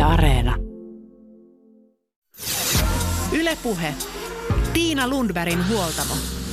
Areena. Yle Puhe. Tiina Lundbergin huoltamo.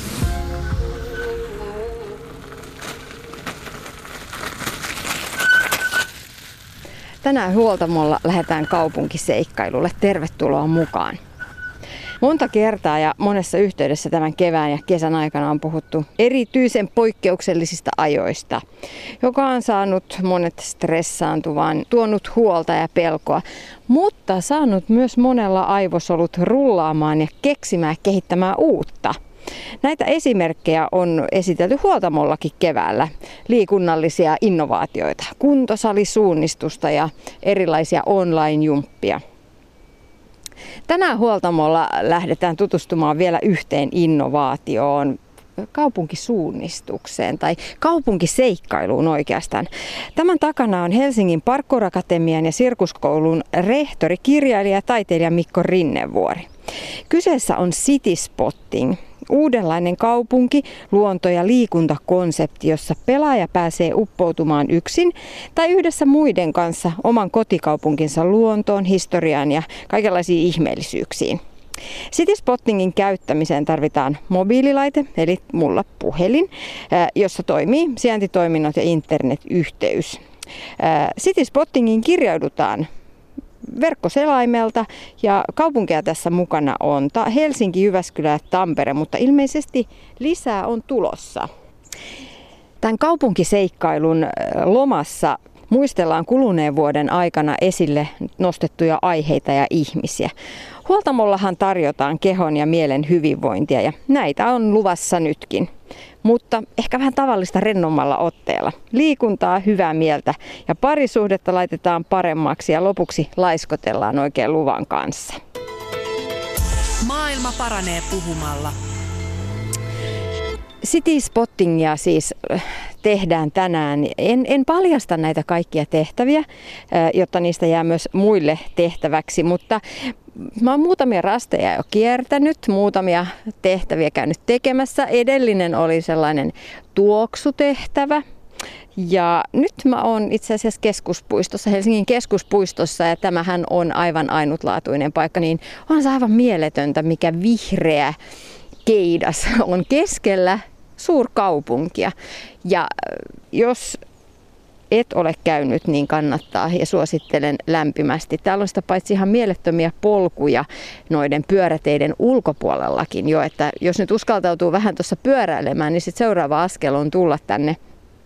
Tänään huoltamolla lähdetään kaupunkiseikkailulle. Tervetuloa mukaan. Monta kertaa ja monessa yhteydessä tämän kevään ja kesän aikana on puhuttu erityisen poikkeuksellisista ajoista, joka on saanut monet stressaantuvan, tuonut huolta ja pelkoa, mutta saanut myös monella aivosolut rullaamaan ja keksimään kehittämään uutta. Näitä esimerkkejä on esitelty huoltamollakin keväällä. Liikunnallisia innovaatioita, kuntosalisuunnistusta ja erilaisia online-jumppia. Tänään huoltamolla lähdetään tutustumaan vielä yhteen innovaatioon, kaupunkisuunnistukseen tai kaupunkiseikkailuun oikeastaan. Tämän takana on Helsingin Parkour-akatemian ja sirkuskoulun rehtori, kirjailija ja taiteilija Mikko Rinnevuori. Kyseessä on City Spotting, uudenlainen kaupunki, luonto- ja liikuntakonsepti, jossa pelaaja pääsee uppoutumaan yksin tai yhdessä muiden kanssa oman kotikaupunkinsa luontoon, historiaan ja kaikenlaisiin ihmeellisyyksiin. City Spottingin käyttämiseen tarvitaan mobiililaite, eli mulla puhelin, jossa toimii sijaintitoiminnot ja internetyhteys. City Spottingin kirjaudutaan verkkoselaimelta ja kaupunkeja tässä mukana on Helsinki, Jyväskylä ja Tampere, mutta ilmeisesti lisää on tulossa. Tämän kaupunkiseikkailun lomassa muistellaan kuluneen vuoden aikana esille nostettuja aiheita ja ihmisiä. Huoltamollahan tarjotaan kehon ja mielen hyvinvointia ja näitä on luvassa nytkin. Mutta ehkä vähän tavallista rennommalla otteella. Liikuntaa, hyvää mieltä ja parisuhdetta laitetaan paremmaksi ja lopuksi laiskotellaan oikein luvan kanssa. Maailma paranee puhumalla. City Spottingia siis tehdään tänään. En paljasta näitä kaikkia tehtäviä, jotta niistä jää myös muille tehtäväksi, mutta mä oon muutamia rasteja jo kiertänyt, muutamia tehtäviä käynyt tekemässä. Edellinen oli sellainen tuoksutehtävä. Ja nyt mä oon itse asiassa keskuspuistossa, Helsingin keskuspuistossa, ja tämähän on aivan ainutlaatuinen paikka, niin on se aivan mieletöntä, mikä vihreä keidas on keskellä suurkaupunkia. Ja jos et ole käynyt, niin kannattaa ja suosittelen lämpimästi. Täällä on sitä paitsi ihan mielettömiä polkuja noiden pyöräteiden ulkopuolellakin jo, että jos nyt uskaltautuu vähän tuossa pyöräilemään, niin sitten seuraava askel on tulla tänne,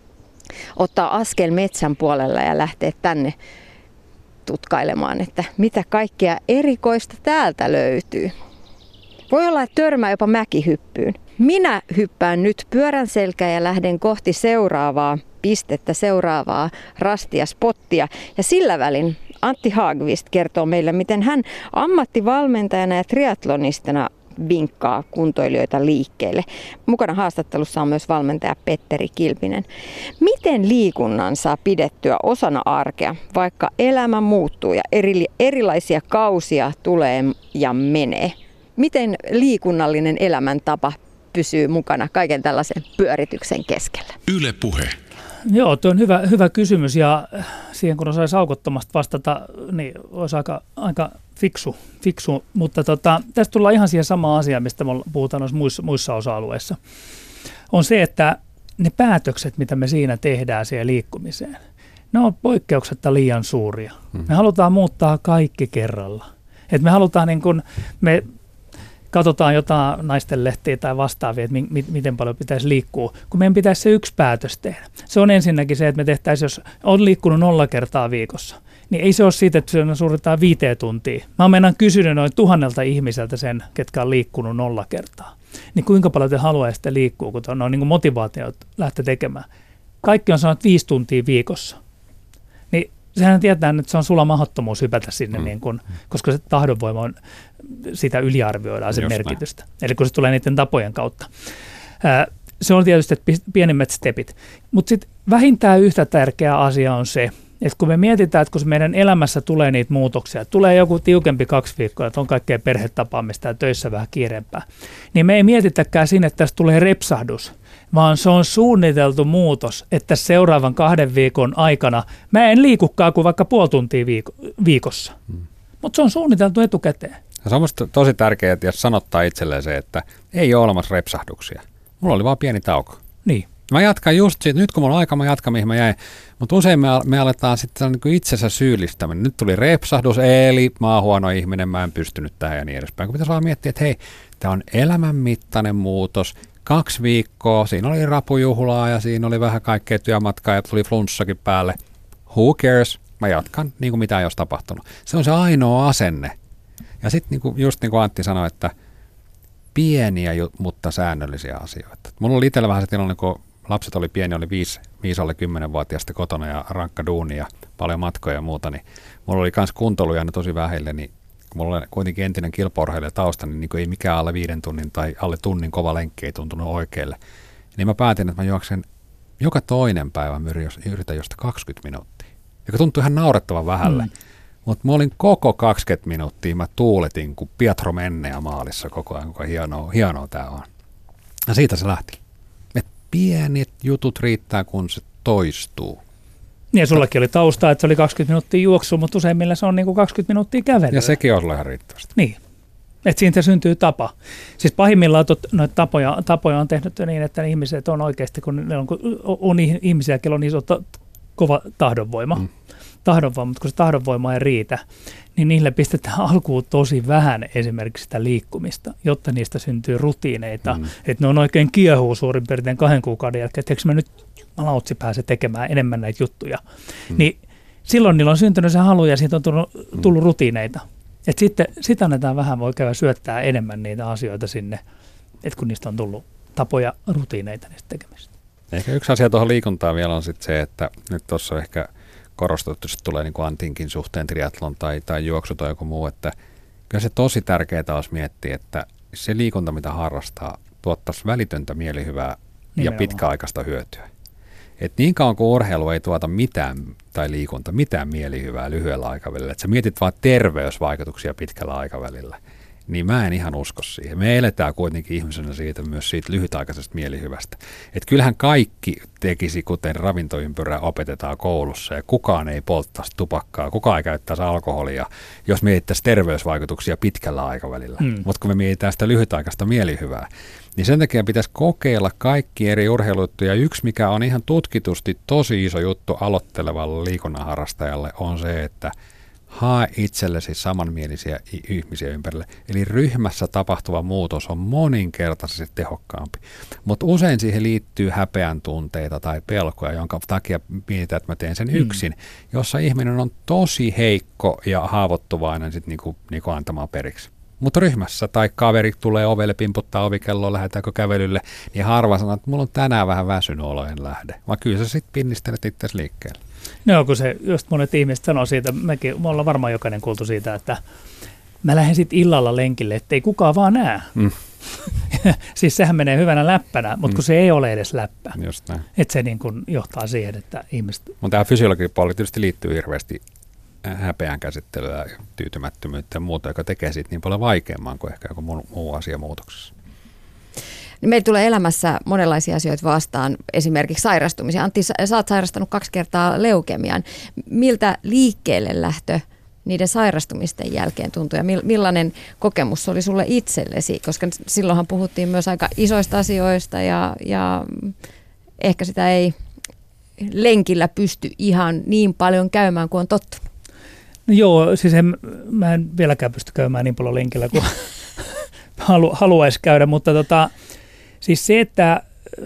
ottaa askel metsän puolella ja lähteä tänne tutkailemaan, että mitä kaikkea erikoista täältä löytyy. Voi olla, että törmää jopa mäkihyppyyn. Minä hyppään nyt pyörän selkään ja lähden kohti seuraavaa pistettä, seuraavaa rastia, spottia. Ja sillä välin Antti Hagvist kertoo meille, miten hän ammattivalmentajana ja triatlonistina vinkkaa kuntoilijoita liikkeelle. Mukana haastattelussa on myös valmentaja Petteri Kilpinen. Miten liikunnan saa pidettyä osana arkea, vaikka elämä muuttuu ja erilaisia kausia tulee ja menee? Miten liikunnallinen elämäntapa pysyy mukana kaiken tällaisen pyörityksen keskellä? Yle Puhe. Joo, tuo on hyvä kysymys ja siihen kun osaisi aukottomasti vastata, niin olisi aika fiksu. Mutta tästä tullaan ihan siihen samaan asiaan, mistä me puhutaan muissa osa-alueissa. On se, että ne päätökset, mitä me siinä tehdään siihen liikkumiseen, ne on poikkeuksetta liian suuria. Me halutaan muuttaa kaikki kerralla. Et me halutaan me katsotaan jotain naistenlehtiä tai vastaavia, että miten paljon pitäisi liikkua, kun meidän pitäisi se yksi päätös tehdä. Se on ensinnäkin se, että me tehtäisiin, jos on liikkunut 0 kertaa viikossa, niin ei se ole siitä, että se suoritetaan 5 tuntia. Mä oon mennään kysynyt noin 1000 ihmiseltä sen, ketkä on liikkunut 0 kertaa. Niin kuinka paljon te haluaisitte liikkua, kun on niin kuin motivaatio lähteä tekemään. Kaikki on sanonut 5 tuntia viikossa. Niin sehän tietää, että se on sulla mahdottomuus hypätä sinne, koska se tahdonvoima on, sitä yliarvioidaan sen merkitystä. Eli kun se tulee niiden tapojen kautta. Se on tietysti pienimmät stepit. Mutta sitten vähintään yhtä tärkeä asia on se, että kun me mietitään, että kun meidän elämässä tulee niitä muutoksia, tulee joku tiukempi 2 viikkoa, että on kaikkea perhetapaamista ja töissä vähän kiireempää, niin me ei mietitäkään siinä, että tästä tulee repsahdus, vaan se on suunniteltu muutos, että seuraavan 2 viikon aikana mä en liikukaan kuin vaikka puoli tuntia viikossa. Mutta se on suunniteltu etukäteen. Se on musta tosi tärkeää, että jos sanottaa itselleen se, että ei ole olemassa repsahduksia. Mulla oli vaan pieni tauko. Niin. Mä jatkan just siitä, nyt kun mulla on aika, mä jatkan mihin mä jäin. Mutta usein me aletaan sitten niin itsensä syyllistäminen. Nyt tuli repsahdus, eli mä oon huono ihminen, mä en pystynyt tähän ja niin edespäin. Kun pitäisi vaan miettiä, että hei, tää on elämänmittainen muutos. 2 viikkoa, siinä oli rapujuhlaa ja siinä oli vähän kaikkea työmatkaa ja tuli flunssakin päälle. Who cares? Mä jatkan niin kuin mitään ei olisi tapahtunut. Se on se ainoa asenne. Ja sitten just niin kuin Antti sanoi, että pieniä, mutta säännöllisiä asioita. Mulla oli itsellä vähän se tilanne, kun lapset oli pieni, oli 5 alle 10-vuotiaasta kotona ja rankka duuni ja paljon matkoja ja muuta, niin mulla oli myös kuntoiluja aina tosi vähille, niin kun mulla oli kuitenkin entinen kilpaurheilija tausta, niin ei mikään alle 5 tunnin tai alle tunnin kova lenkki ei tuntunut oikealle. Niin mä päätin, että mä juoksen joka toinen päivä, yritän josta 20 minuuttia, joka tuntui ihan naurettavan vähälle. Mutta mä olin koko 20 minuuttia, mä tuuletin kuin Pietro Mennea maalissa koko ajan, kuinka hienoa tää on. Ja siitä se lähti. Et pienet jutut riittää, kun se toistuu. Ja sullakin oli taustaa, että se oli 20 minuuttia juoksua, mutta useimmilla se on niin kuin 20 minuuttia kävelyä. Ja sekin on ihan riittävästi. Niin, että siitä syntyy tapa. Siis pahimmillaan noita tapoja on tehnyt niin, että ihmiset on oikeasti, kun on ihmisiä, kello on iso kova tahdonvoima. Mutta kun se tahdonvoima ei riitä, niin niille pistetään alkuun tosi vähän esimerkiksi sitä liikkumista, jotta niistä syntyy rutiineita. Että ne on oikein kiehuu suurin piirtein 2 kuukauden jälkeen, että eikö mä nyt malautsi pääse tekemään enemmän näitä juttuja. Niin silloin niillä on syntynyt se halu ja siitä on tullut rutiineita. Että sitten sitä annetaan vähän, voi käydä syöttää enemmän niitä asioita sinne, että kun niistä on tullut tapoja, rutiineita niistä tekemistä. Ehkä yksi asia tuohon liikuntaan vielä on sitten se, että nyt tuossa ehkä korostettu, että tulee niin kuin Antinkin suhteen triathlon tai juoksu tai joku muu, että kyllä se tosi tärkeää olisi miettiä, että se liikunta, mitä harrastaa, tuottaisi välitöntä mielihyvää ja pitkäaikaista hyötyä. Et niin kauan kuin urheilu ei tuota mitään, tai liikunta, mitään mielihyvää lyhyellä aikavälillä, että sä mietit vaan terveysvaikutuksia pitkällä aikavälillä, niin mä en ihan usko siihen. Me eletään kuitenkin ihmisenä myös siitä lyhytaikaisesta mielihyvästä. Että kyllähän kaikki tekisi, kuten ravintoympyrää opetetaan koulussa, ja kukaan ei polttaisi tupakkaa, kukaan ei käyttäisi alkoholia, jos mietittäisiin terveysvaikutuksia pitkällä aikavälillä. Mutta kun me mietitään sitä lyhytaikaista mielihyvää, niin sen takia pitäisi kokeilla kaikki eri urheilujuttuja. Yksi, mikä on ihan tutkitusti tosi iso juttu aloittelevalle liikunnanharrastajalle, on se, että hae itsellesi samanmielisiä ihmisiä ympärille. Eli ryhmässä tapahtuva muutos on moninkertaisesti tehokkaampi. Mutta usein siihen liittyy häpeän tunteita tai pelkoja, jonka takia mietitään, että mä teen sen yksin, jossa ihminen on tosi heikko ja haavoittuvainen sit niinku antamaan periksi. Mutta ryhmässä tai kaveri tulee ovelle, pimputtaa ovikelloa, lähdetäänkö kävelylle, niin harva sanoo, että mulla on tänään vähän väsynyt olo, en lähde. Vaan kyllä sä sitten pinnistelet itseäsi liikkeelle. No kun se, just monet ihmiset sanoo siitä, me ollaan varmaan jokainen kuultu siitä, että mä lähden sitten illalla lenkille, ettei kukaan vaan näe. Siis sehän menee hyvänä läppänä, mutta kun se ei ole edes läppä. Just näin. Että se niin kun johtaa siihen, että ihmiset... Mutta tämä fysiologinen puoli tietysti liittyy hirveästi häpeän käsittelyä ja tyytymättömyyttä ja muuta, joka tekee siitä niin paljon vaikeamman kuin ehkä joku muu asia muutoksessa. Meillä tulee elämässä monenlaisia asioita vastaan, esimerkiksi sairastumisia. Antti, sä oot sairastanut 2 kertaa leukemian. Miltä liikkeelle lähtö niiden sairastumisten jälkeen tuntui ja millainen kokemus oli sulle itsellesi? Koska silloinhan puhuttiin myös aika isoista asioista ja ehkä sitä ei lenkillä pysty ihan niin paljon käymään kuin on tottunut. No joo, siis mä en vieläkään pysty käymään niin paljon lenkillä kuin haluaisi käydä, mutta siis se, että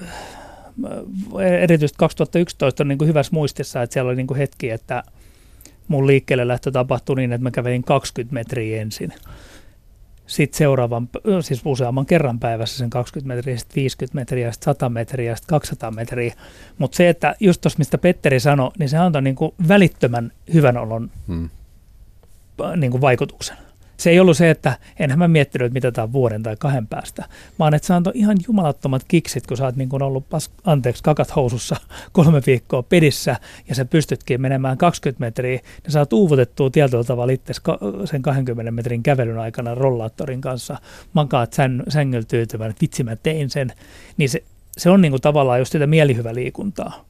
erityisesti 2011 on niin kuin hyvässä muistissa, että siellä oli niin kuin hetki, että mun liikkeelle lähtö tapahtui niin, että mä kävelin 20 metriä ensin. Sitten siis useamman kerran päivässä sen 20 metriä, sitten 50 metriä, sitten 100 metriä, sitten 200 metriä. Mutta se, että just tuossa, mistä Petteri sanoi, niin se antoi niin kuin välittömän hyvän olon niin kuin vaikutuksen. Se ei ollut se, että enhän mä miettinyt, että mitä tämä on vuoden tai 2 päästä, vaan että se antoi ihan jumalattomat kiksit, kun sä oot niin kuin ollut kakat housussa 3 viikkoa pedissä ja sä pystytkin menemään 20 metriä, niin sä oot uuvutettua tietyllä tavalla itse sen 20 metrin kävelyn aikana rollaattorin kanssa, makaat sängyllä tyytyvän, että vitsi mä tein sen, niin se on niin kuin tavallaan just sitä mielihyväliikuntaa.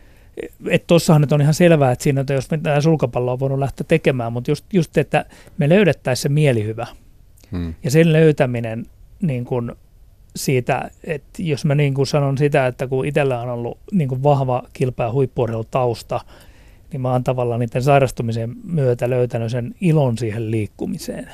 Että tuossahan nyt on ihan selvää, että siinä, että jos mitään sulkapalloa on voinut lähteä tekemään, mutta just että me löydettäisiin se mielihyvä. Ja sen löytäminen niin kuin siitä, että jos mä niin kuin sanon sitä, että kun itsellä on ollut niin kuin vahva kilpa- ja huippu-urheilutausta, niin mä oon tavallaan niiden sairastumisen myötä löytänyt sen ilon siihen liikkumiseen.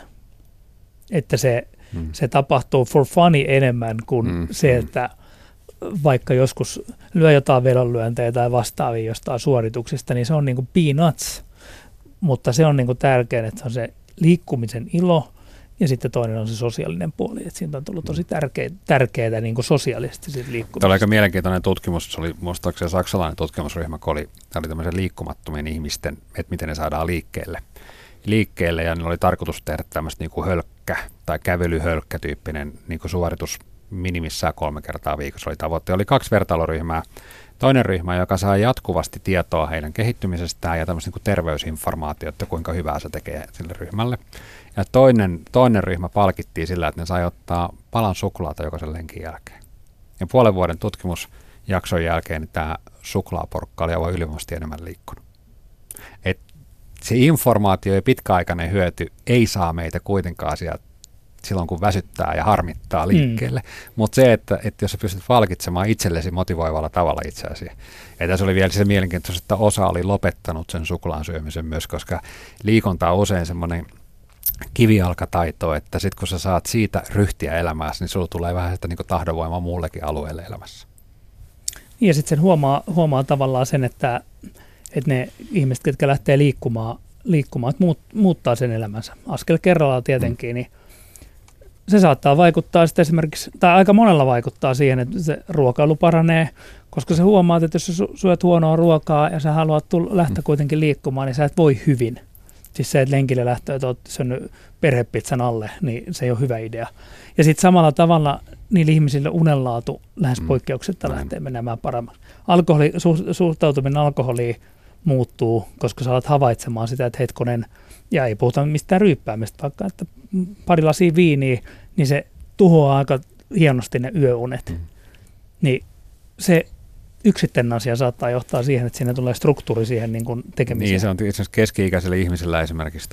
Että se tapahtuu for funny enemmän kuin se, että vaikka joskus lyö jotain vedonlyöntejä tai vastaavia jostain suorituksista, niin se on niin kuin peanuts. Mutta se on niin kuin tärkeää, että se on se liikkumisen ilo ja sitten toinen on se sosiaalinen puoli. Että siitä on tullut tosi tärkeää niin kuin sosiaalisesti siitä liikkumisesta. Tämä oli aika mielenkiintoinen tutkimus. Se oli muistaakseni saksalainen tutkimusryhmä, kun oli tämmöisen liikkumattomien ihmisten, että miten ne saadaan liikkeelle ja niillä oli tarkoitus tehdä tämmöistä niin kuin hölkkä- tai kävelyhölkkä-tyyppinen niin kuin suoritus minimissään 3 kertaa viikossa oli tavoite. Oli 2 vertailuryhmää. Toinen ryhmä, joka saa jatkuvasti tietoa heidän kehittymisestään ja tämmöistä niin kuin terveysinformaatiota, kuinka hyvää se tekee sille ryhmälle. Ja toinen ryhmä palkittiin sillä, että ne sai ottaa palan suklaata jokaisen lenkin jälkeen. Ja puolen vuoden tutkimusjakson jälkeen niin tämä suklaaporkka oli aivan ylivoimaisesti enemmän liikkunut. Et se informaatio ja pitkäaikainen hyöty ei saa meitä kuitenkaan sieltä silloin, kun väsyttää ja harmittaa liikkeelle. Mutta se, että jos sä pystyt palkitsemaan itsellesi motivoivalla tavalla itseäsi. Ja tässä oli vielä se mielenkiintoista, että osa oli lopettanut sen suklaan syömisen myös, koska liikunta on usein semmoinen kivijalkataito, että sitten kun sä saat siitä ryhtiä elämääsi, niin sulla tulee vähän sitä niin kuin tahdonvoimaa muullekin alueelle elämässä. Ja sitten sen huomaa tavallaan sen, että ne ihmiset, jotka lähtee liikkumaan että muuttaa sen elämänsä askel kerrallaan tietenkin, niin se saattaa vaikuttaa sitten esimerkiksi, tai aika monella vaikuttaa siihen, että se ruokailu paranee, koska sä huomaat, että jos sä syöt huonoa ruokaa ja sä haluat lähteä kuitenkin liikkumaan, niin sä et voi hyvin. Siis se, että lenkille lähtee, että oot syönyt perhepizzan alle, niin se ei ole hyvä idea. Ja sitten samalla tavalla niillä ihmisillä unenlaatu lähes poikkeuksetta lähtee menemään paremmin. Suhtautuminen alkoholiin muuttuu, koska sä alat havaitsemaan sitä, että hetkonen, ja ei puhuta mistään ryyppäämistä, vaikka että pari lasia viiniä, niin se tuhoaa aika hienosti ne yöunet. Niin se yksittäinen asia saattaa johtaa siihen, että siinä tulee struktuuri siihen niin kuin tekemiseen. Niin, se on itse asiassa keski-ikäisellä ihmisellä esimerkiksi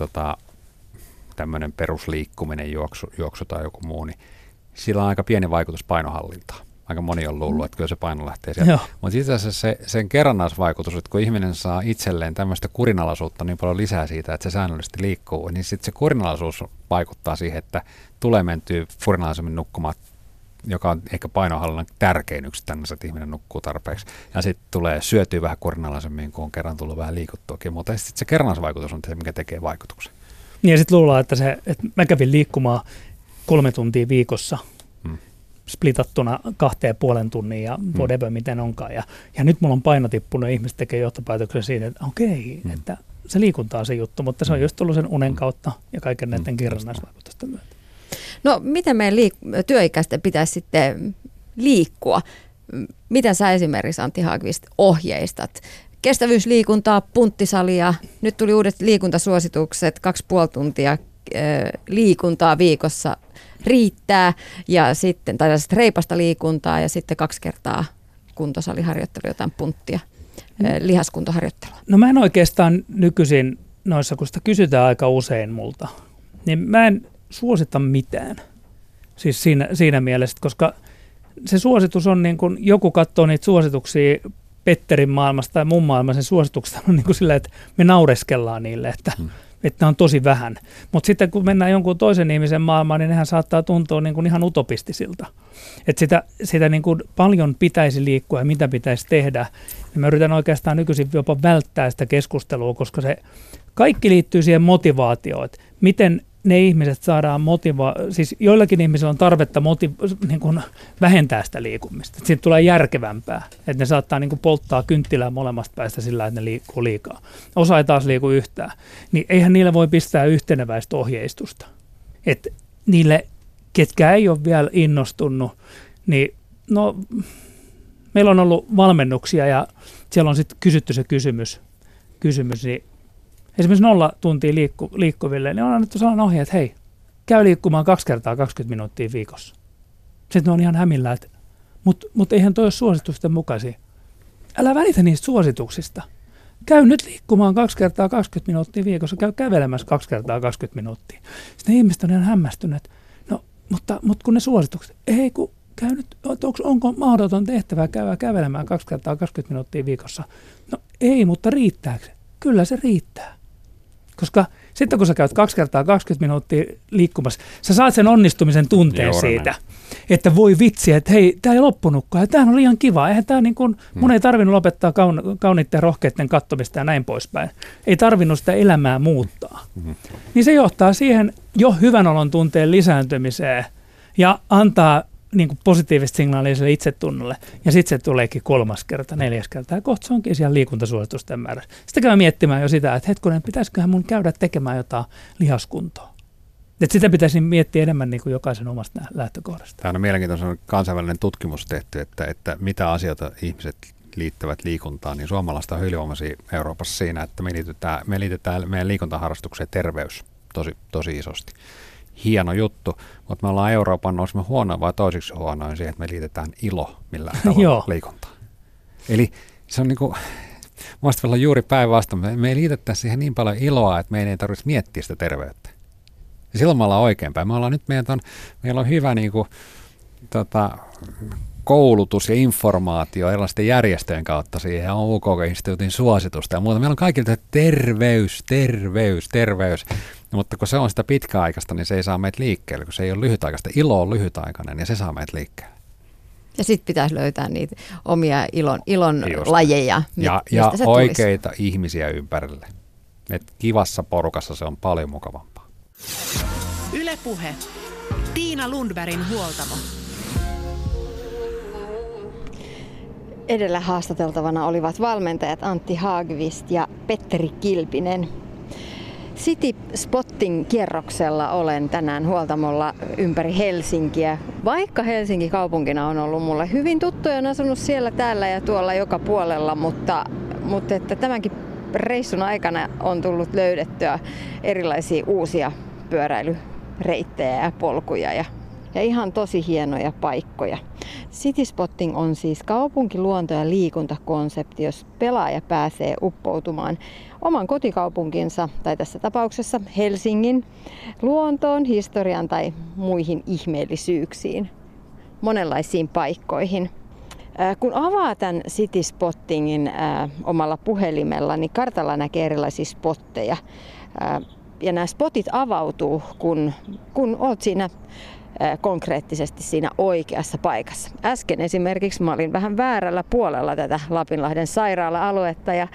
tämmöinen perusliikkuminen, juoksu tai joku muu, niin sillä on aika pieni vaikutus painohallintaan. Aika moni on luullut, että kyllä se paino lähtee sieltä. Mutta itse asiassa sen kerrannaisvaikutus, että kun ihminen saa itselleen tämmöistä kurinalaisuutta niin paljon lisää siitä, että se säännöllisesti liikkuu, niin sitten se kurinalaisuus vaikuttaa siihen, että tulee mentyä kurinalaisemmin nukkumaan, joka on ehkä painohallinnan tärkein yksittäinen, että ihminen nukkuu tarpeeksi. Ja sitten tulee syötyä vähän kurinalaisemmin, kun on kerran tullut vähän liikuttuakin. Mutta sitten se kerrannaisvaikutus on se, mikä tekee vaikutuksen. Ja sitten luullaan, että mä kävin liikkumaan 3 tuntia viikossa, splitattuna 2,5 tunnin ja whatever miten onkaan. Ja nyt mulla on paino tippunut ja ihmiset tekee johtopäätöksen siitä, että okei, että se liikunta on se juttu, mutta se on just tullut sen unen kautta ja kaiken näiden kerrannaisvaikutusten myötä. No miten meidän työikäisten pitäisi sitten liikkua? Miten sä esimerkiksi, Antti Hagqvist, ohjeistat? Kestävyysliikuntaa, punttisalia, nyt tuli uudet liikuntasuositukset, 2,5 tuntia liikuntaa viikossa riittää ja sitten tällaista reipasta liikuntaa ja sitten 2 kertaa kuntosaliharjoittelua, jotain punttia, lihaskuntoharjoittelua. No mä en oikeastaan nykyisin noissa, kun sitä kysytään aika usein multa, niin mä en suosita mitään. Siis siinä mielessä, koska se suositus on niin kuin, joku katsoo niitä suosituksia Petterin maailmasta tai mun maailmassa, sen suositukset on niin kuin sillä, että me naureskellaan niille, että ne on tosi vähän. Mutta sitten kun mennään jonkun toisen ihmisen maailmaan, niin nehän saattaa tuntua niin kuin ihan utopistisilta. Että sitä niin kuin paljon pitäisi liikkua ja mitä pitäisi tehdä. Ja mä yritän oikeastaan nykyisin jopa välttää sitä keskustelua, koska se kaikki liittyy siihen motivaatioon, että miten ne ihmiset saadaan siis joillakin ihmisillä on tarvetta niin kuin vähentää sitä liikumista. Että siitä tulee järkevämpää, että ne saattaa niin kuin polttaa kynttilää molemmasta päästä sillä, että ne liikkuu liikaa. Osa ei taas liiku yhtään. Niin eihän niille voi pistää yhteneväistä ohjeistusta. Että niille, ketkä ei ole vielä innostunut, niin no, meillä on ollut valmennuksia ja siellä on sitten kysytty se kysymys niin esimerkiksi 0 tuntia liikkuville, niin on annettu sellainen ohje, että hei, käy liikkumaan 2 kertaa 20 minuuttia viikossa. Sitten ne on ihan hämillä, että Mut eihän toi ole suositusten mukaisia. Älä välitä niistä suosituksista. Käy nyt liikkumaan 2 kertaa 20 minuuttia viikossa, käy kävelemässä 2 kertaa 20 minuuttia. Sitten ihmiset on ihan hämmästyneet. No, mutta kun ne suositukset, ei kun käy nyt, onko mahdoton tehtävää käydä kävelemään 2 kertaa 20 minuuttia viikossa? No ei, mutta riittääkö se? Kyllä se riittää. Koska sitten kun sä käyt 2 kertaa 20 minuuttia liikkumassa, sä saat sen onnistumisen tunteen siitä, että voi vitsi, että hei, tää ei loppunutkaan, ja tää on liian kiva. Eihän tää niin kuin, mun ei tarvinnut lopettaa kauniitten ja rohkeiden katsomista ja näin poispäin. Ei tarvinnut sitä elämää muuttaa. Niin se johtaa siihen jo hyvän olon tunteen lisääntymiseen ja antaa niin kuin positiivista signaalia sille itsetunnolle. Ja sitten se tuleekin 3. kerta, 4. kerta. Ja kohta se onkin siellä liikuntasuositusten määrä. Sitten käy miettimään jo sitä, että hetkonen, pitäisiköhän mun käydä tekemään jotain lihaskuntoa. Että sitä pitäisi miettiä enemmän niin kuin jokaisen omasta lähtökohdasta. Tämä on mielenkiintoinen kansainvälinen tutkimus tehty, että mitä asioita ihmiset liittävät liikuntaan, niin suomalaiset on ylivoimaisia Euroopassa siinä, että me liitetään meidän liikuntaharrastukseen terveys tosi isosti. Hieno juttu, mutta me ollaan Euroopan, olisimme huonoin vai toisiksi huonoin siihen, että me liitetään ilo millään tavalla liikuntaan. Eli se on niin kuin, muista vielä juuri päinvastoin, me ei liitettäisi siihen niin paljon iloa, että meidän ei tarvitse miettiä sitä terveyttä. Ja silloin me ollaan oikeinpäin. Meillä on hyvä niin kuin, koulutus ja informaatio erilaisten järjestöjen kautta siihen, on UK-instituutin suositusta ja muuta. Meillä on kaikilta terveys. Mutta kun se on sitä pitkäaikaista, niin se ei saa meitä liikkeelle, kun se ei ole lyhytaikaista. Ilo on lyhytaikainen ja se saa meitä liikkeelle. Ja sitten pitäisi löytää niitä omia ilon lajeja. Ja oikeita ihmisiä ympärille. Et kivassa porukassa se on paljon mukavampaa. Yle Puhe. Tiina Lundbergin huoltamo. Edellä haastateltavana olivat valmentajat Antti Hagvist ja Petteri Kilpinen. City Spotting -kierroksella olen tänään huoltamolla ympäri Helsinkiä. Vaikka Helsinki kaupunkina on ollut mulle hyvin tuttu ja on asunut siellä, täällä ja tuolla joka puolella, mutta että tämänkin reissun aikana on tullut löydettyä erilaisia uusia pyöräilyreittejä ja polkuja ja ihan tosi hienoja paikkoja. City Spotting on siis kaupunkiluonto- ja liikuntakonsepti, jos pelaaja pääsee uppoutumaan oman kotikaupunkinsa, tai tässä tapauksessa Helsingin, luontoon, historiaan tai muihin ihmeellisyyksiin, monenlaisiin paikkoihin. Kun avaa tämän City Spottingin omalla puhelimella, niin kartalla näkee erilaisia spotteja. Ja nämä spotit avautuu, kun olet siinä konkreettisesti siinä oikeassa paikassa. Äsken esimerkiksi mä olin vähän väärällä puolella tätä Lapinlahden sairaala-aluetta ja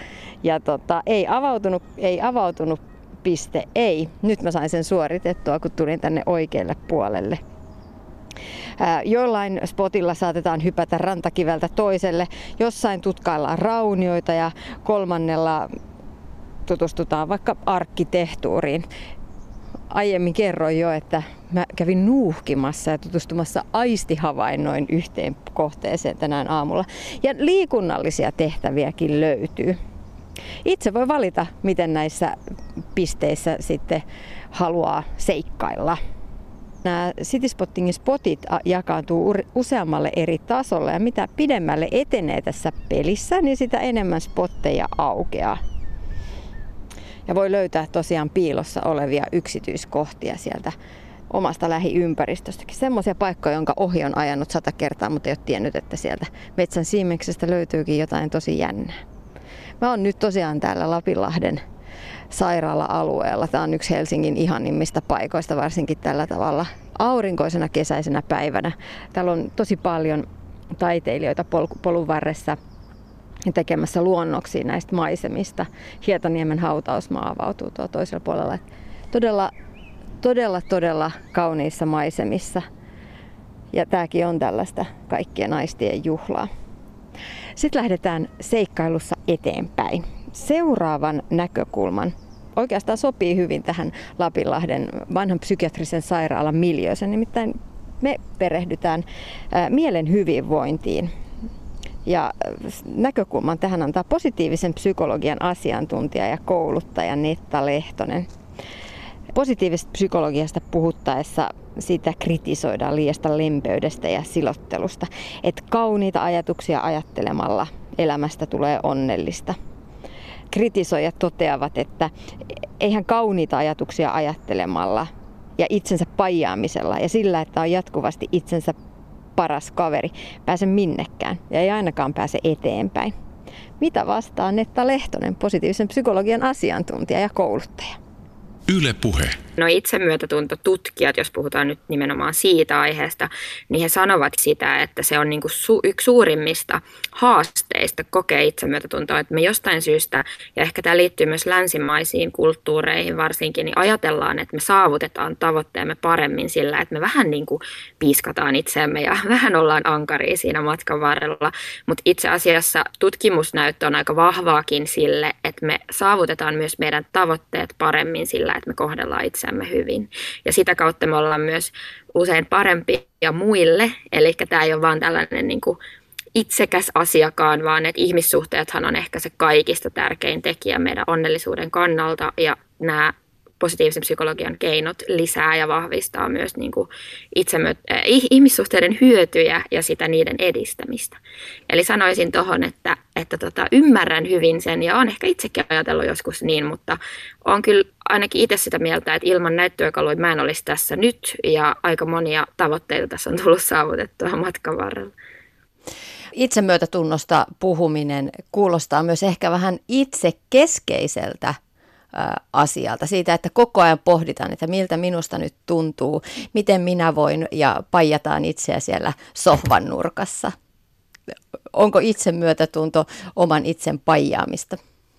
ei avautunut piste ei. Nyt mä sain sen suoritettua, kun tulin tänne oikealle puolelle. Jollain spotilla saatetaan hypätä rantakiveltä toiselle, jossain tutkaillaan raunioita ja 3. tutustutaan vaikka arkkitehtuuriin. Aiemmin kerroin jo, että mä kävin nuuhkimassa ja tutustumassa aistihavainnoin yhteen kohteeseen tänään aamulla. Ja liikunnallisia tehtäviäkin löytyy. Itse voi valita, miten näissä pisteissä sitten haluaa seikkailla. Nämä City Spottingin spotit jakaantuu useammalle eri tasolle ja mitä pidemmälle etenee tässä pelissä, niin sitä enemmän spotteja aukeaa. Ja voi löytää tosiaan piilossa olevia yksityiskohtia sieltä omasta lähiympäristöstäkin. Semmoisia paikkoja, jonka ohi on ajanut 100 kertaa, mutta ei ole tiennyt, että sieltä metsän siimeksestä löytyykin jotain tosi jännää. Mä oon nyt tosiaan täällä Lapinlahden sairaala-alueella. Tämä on yksi Helsingin ihanimmista paikoista, varsinkin tällä tavalla aurinkoisena kesäisenä päivänä. Täällä on tosi paljon taiteilijoita polun varressa tekemässä luonnoksia näistä maisemista. Hietaniemen hautausmaa avautuu tuolla toisella puolella. Todella kauniissa maisemissa. Ja tämäkin on tällaista kaikkien aistien juhlaa. Sitten lähdetään seikkailussa eteenpäin. Seuraavan näkökulman oikeastaan sopii hyvin tähän Lapinlahden vanhan psykiatrisen sairaalan miljööseen. Nimittäin me perehdytään mielen hyvinvointiin. Ja näkökulman tähän antaa positiivisen psykologian asiantuntija ja kouluttaja Netta Lehtonen. Positiivisesta psykologiasta puhuttaessa sitä kritisoidaan liiasta lempeydestä ja silottelusta, että kauniita ajatuksia ajattelemalla elämästä tulee onnellista. Kritisoijat toteavat, että eihän kauniita ajatuksia ajattelemalla ja itsensä paijaamisella ja sillä, että on jatkuvasti itsensä paras kaveri, pääse minnekään ja ei ainakaan pääse eteenpäin. Mitä vastaa Netta Lehtonen, positiivisen psykologian asiantuntija ja kouluttaja? Yle Puhe. No itsemyötätuntotutkijat, jos puhutaan nyt nimenomaan siitä aiheesta, niin he sanovat sitä, että se on niin kuin yksi suurimmista haasteista kokea itsemyötätuntoa, että me jostain syystä, ja ehkä tämä liittyy myös länsimaisiin kulttuureihin varsinkin, niin ajatellaan, että me saavutetaan tavoitteemme paremmin sillä, että me vähän niin kuin piiskataan itseämme ja vähän ollaan ankaria siinä matkan varrella, mutta itse asiassa tutkimusnäyttö on aika vahvaakin sille, että me saavutetaan myös meidän tavoitteet paremmin sillä, että me kohdellaan itseämme hyvin. Ja sitä kautta me ollaan myös usein parempia muille, eli tämä ei ole vaan tällainen niin kuin itsekäs asiakaan, vaan että ihmissuhteethan on ehkä se kaikista tärkein tekijä meidän onnellisuuden kannalta, ja nämä positiivisen psykologian keinot lisää ja vahvistaa myös niin kuin ihmissuhteiden hyötyjä ja sitä niiden edistämistä. Eli sanoisin tuohon, että ymmärrän hyvin sen ja olen ehkä itsekin ajatellut joskus niin, mutta olen kyllä ainakin itse sitä mieltä, että ilman näitä työkaluja mä en olisi tässä nyt ja aika monia tavoitteita tässä on tullut saavutettua matkan varrella. Itsemyötätunnosta puhuminen kuulostaa myös ehkä vähän itsekeskeiseltä asialta, siitä, että koko ajan pohditaan, että miltä minusta nyt tuntuu, miten minä voin ja paijataan itseä siellä sohvan nurkassa. Onko itsemyötätunto oman itsen paijaamista?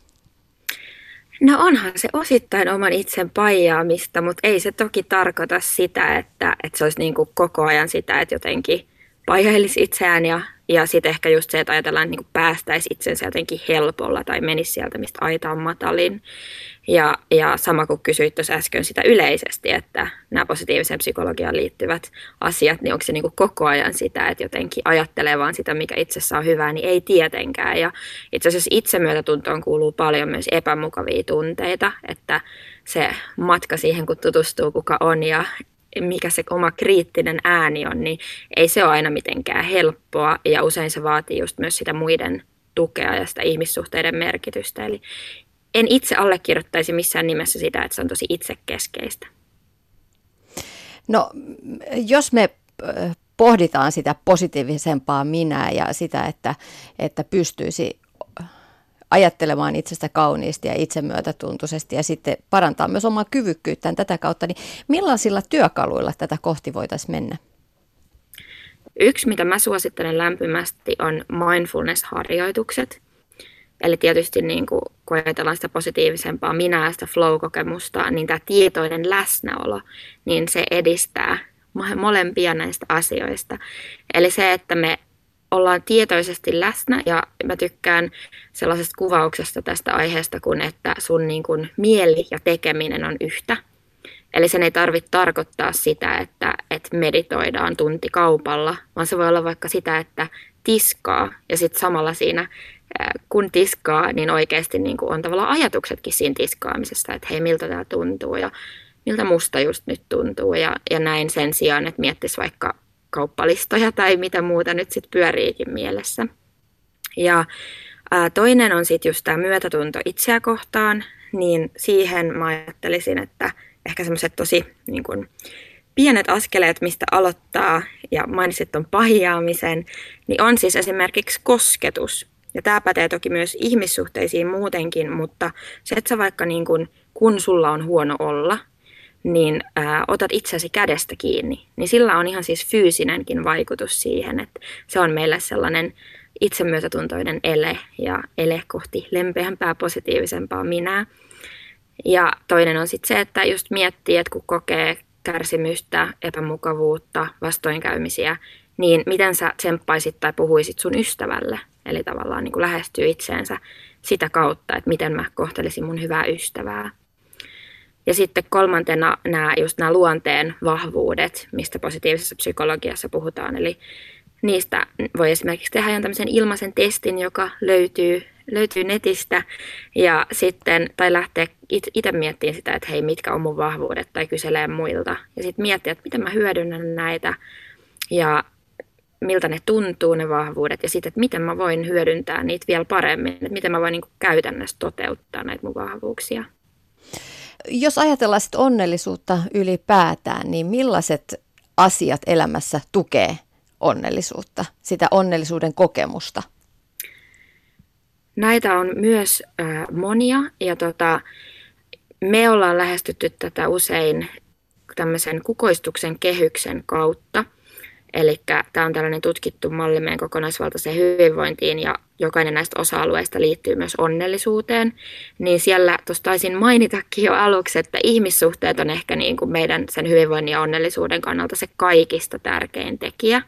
No onhan se osittain oman itsen paijaamista, mutta ei se toki tarkoita sitä, että se olisi niin kuin koko ajan sitä, että jotenkin paijailisi itseään ja sitten ehkä just se, että ajatellaan, että niin päästäisi itsensä jotenkin helpolla tai menisi sieltä, mistä aita on matalin. Ja sama kuin kysyit tuossa äsken sitä yleisesti, että nämä positiiviseen psykologiaan liittyvät asiat, niin onko se niin kuin koko ajan sitä, että jotenkin ajattelee vaan sitä, mikä itsessä on hyvää, niin ei tietenkään. Ja itse asiassa itsemyötätuntoon kuuluu paljon myös epämukavia tunteita, että se matka siihen, kun tutustuu kuka on ja mikä se oma kriittinen ääni on, niin ei se ole aina mitenkään helppoa ja usein se vaatii just myös sitä muiden tukea ja sitä ihmissuhteiden merkitystä. Eli en itse allekirjoittaisi missään nimessä sitä, että se on tosi itsekeskeistä. No, jos me pohditaan sitä positiivisempaa minää ja sitä, että pystyisi ajattelemaan itsestä kauniisti ja itsemyötätuntoisesti ja sitten parantaa myös omaa kyvykkyyttään tätä kautta, niin millaisilla työkaluilla tätä kohti voitaisiin mennä? Yksi, mitä mä suosittelen lämpimästi, on mindfulness-harjoitukset. Eli tietysti niin kun ajatellaan sitä positiivisempaa minää ja sitä flow-kokemusta, niin tämä tietoinen läsnäolo, niin se edistää molempia näistä asioista. Eli se, että me ollaan tietoisesti läsnä, ja mä tykkään sellaisesta kuvauksesta tästä aiheesta, kun että sun niin kun mieli ja tekeminen on yhtä. Eli sen ei tarvitse tarkoittaa sitä, että meditoidaan tuntikaupalla, vaan se voi olla vaikka sitä, että tiskaa ja sitten samalla siinä kun tiskaa, niin oikeasti niin kuin on tavallaan ajatuksetkin siinä tiskaamisessa, että hei, miltä tämä tuntuu ja miltä musta just nyt tuntuu ja näin sen sijaan, että miettisi vaikka kauppalistoja tai mitä muuta nyt sitten pyöriikin mielessä. Ja toinen on sitten just tämä myötätunto itseä kohtaan, niin siihen mä ajattelisin, että ehkä semmoiset tosi niin kuin pienet askeleet, mistä aloittaa, ja mainitsit tuon pahjaamisen, niin on siis esimerkiksi kosketus. Ja tämä pätee toki myös ihmissuhteisiin muutenkin, mutta se, että sä vaikka niin kun sulla on huono olla, niin otat itsesi kädestä kiinni, niin sillä on ihan siis fyysinenkin vaikutus siihen, että se on meille sellainen itsemyötätuntoinen ele ja ele kohti lempeämpää, positiivisempaa minää. Ja toinen on sitten se, että just miettii, että kun kokee kärsimystä, epämukavuutta, vastoinkäymisiä, niin miten sä tsemppaisit tai puhuisit sun ystävälle? Eli tavallaan niin kuin lähestyy itseensä sitä kautta, että miten mä kohtelisin mun hyvää ystävää. Ja sitten kolmantena nämä luonteen vahvuudet, mistä positiivisessa psykologiassa puhutaan. Eli niistä voi esimerkiksi tehdä ihan tämmöisen ilmaisen testin, joka löytyy löytyy netistä ja sitten, tai lähteä itse miettimään sitä, että hei, mitkä on mun vahvuudet tai kyselee muilta. Ja sitten miettiä, että miten mä hyödynnän näitä ja miltä ne tuntuu ne vahvuudet ja sitten, että miten mä voin hyödyntää niitä vielä paremmin, että miten mä voin niin kuin käytännössä toteuttaa näitä mun vahvuuksia. Jos ajatellaan sit onnellisuutta ylipäätään, niin millaiset asiat elämässä tukee onnellisuutta, sitä onnellisuuden kokemusta? Näitä on myös monia ja me ollaan lähestytty tätä usein tämmöisen kukoistuksen kehyksen kautta. Eli tämä on tällainen tutkittu malli meidän kokonaisvaltaiseen hyvinvointiin ja jokainen näistä osa-alueista liittyy myös onnellisuuteen. Niin siellä tuossa taisin mainitakin jo aluksi, että ihmissuhteet on ehkä niin kuin meidän sen hyvinvoinnin ja onnellisuuden kannalta se kaikista tärkein tekijä.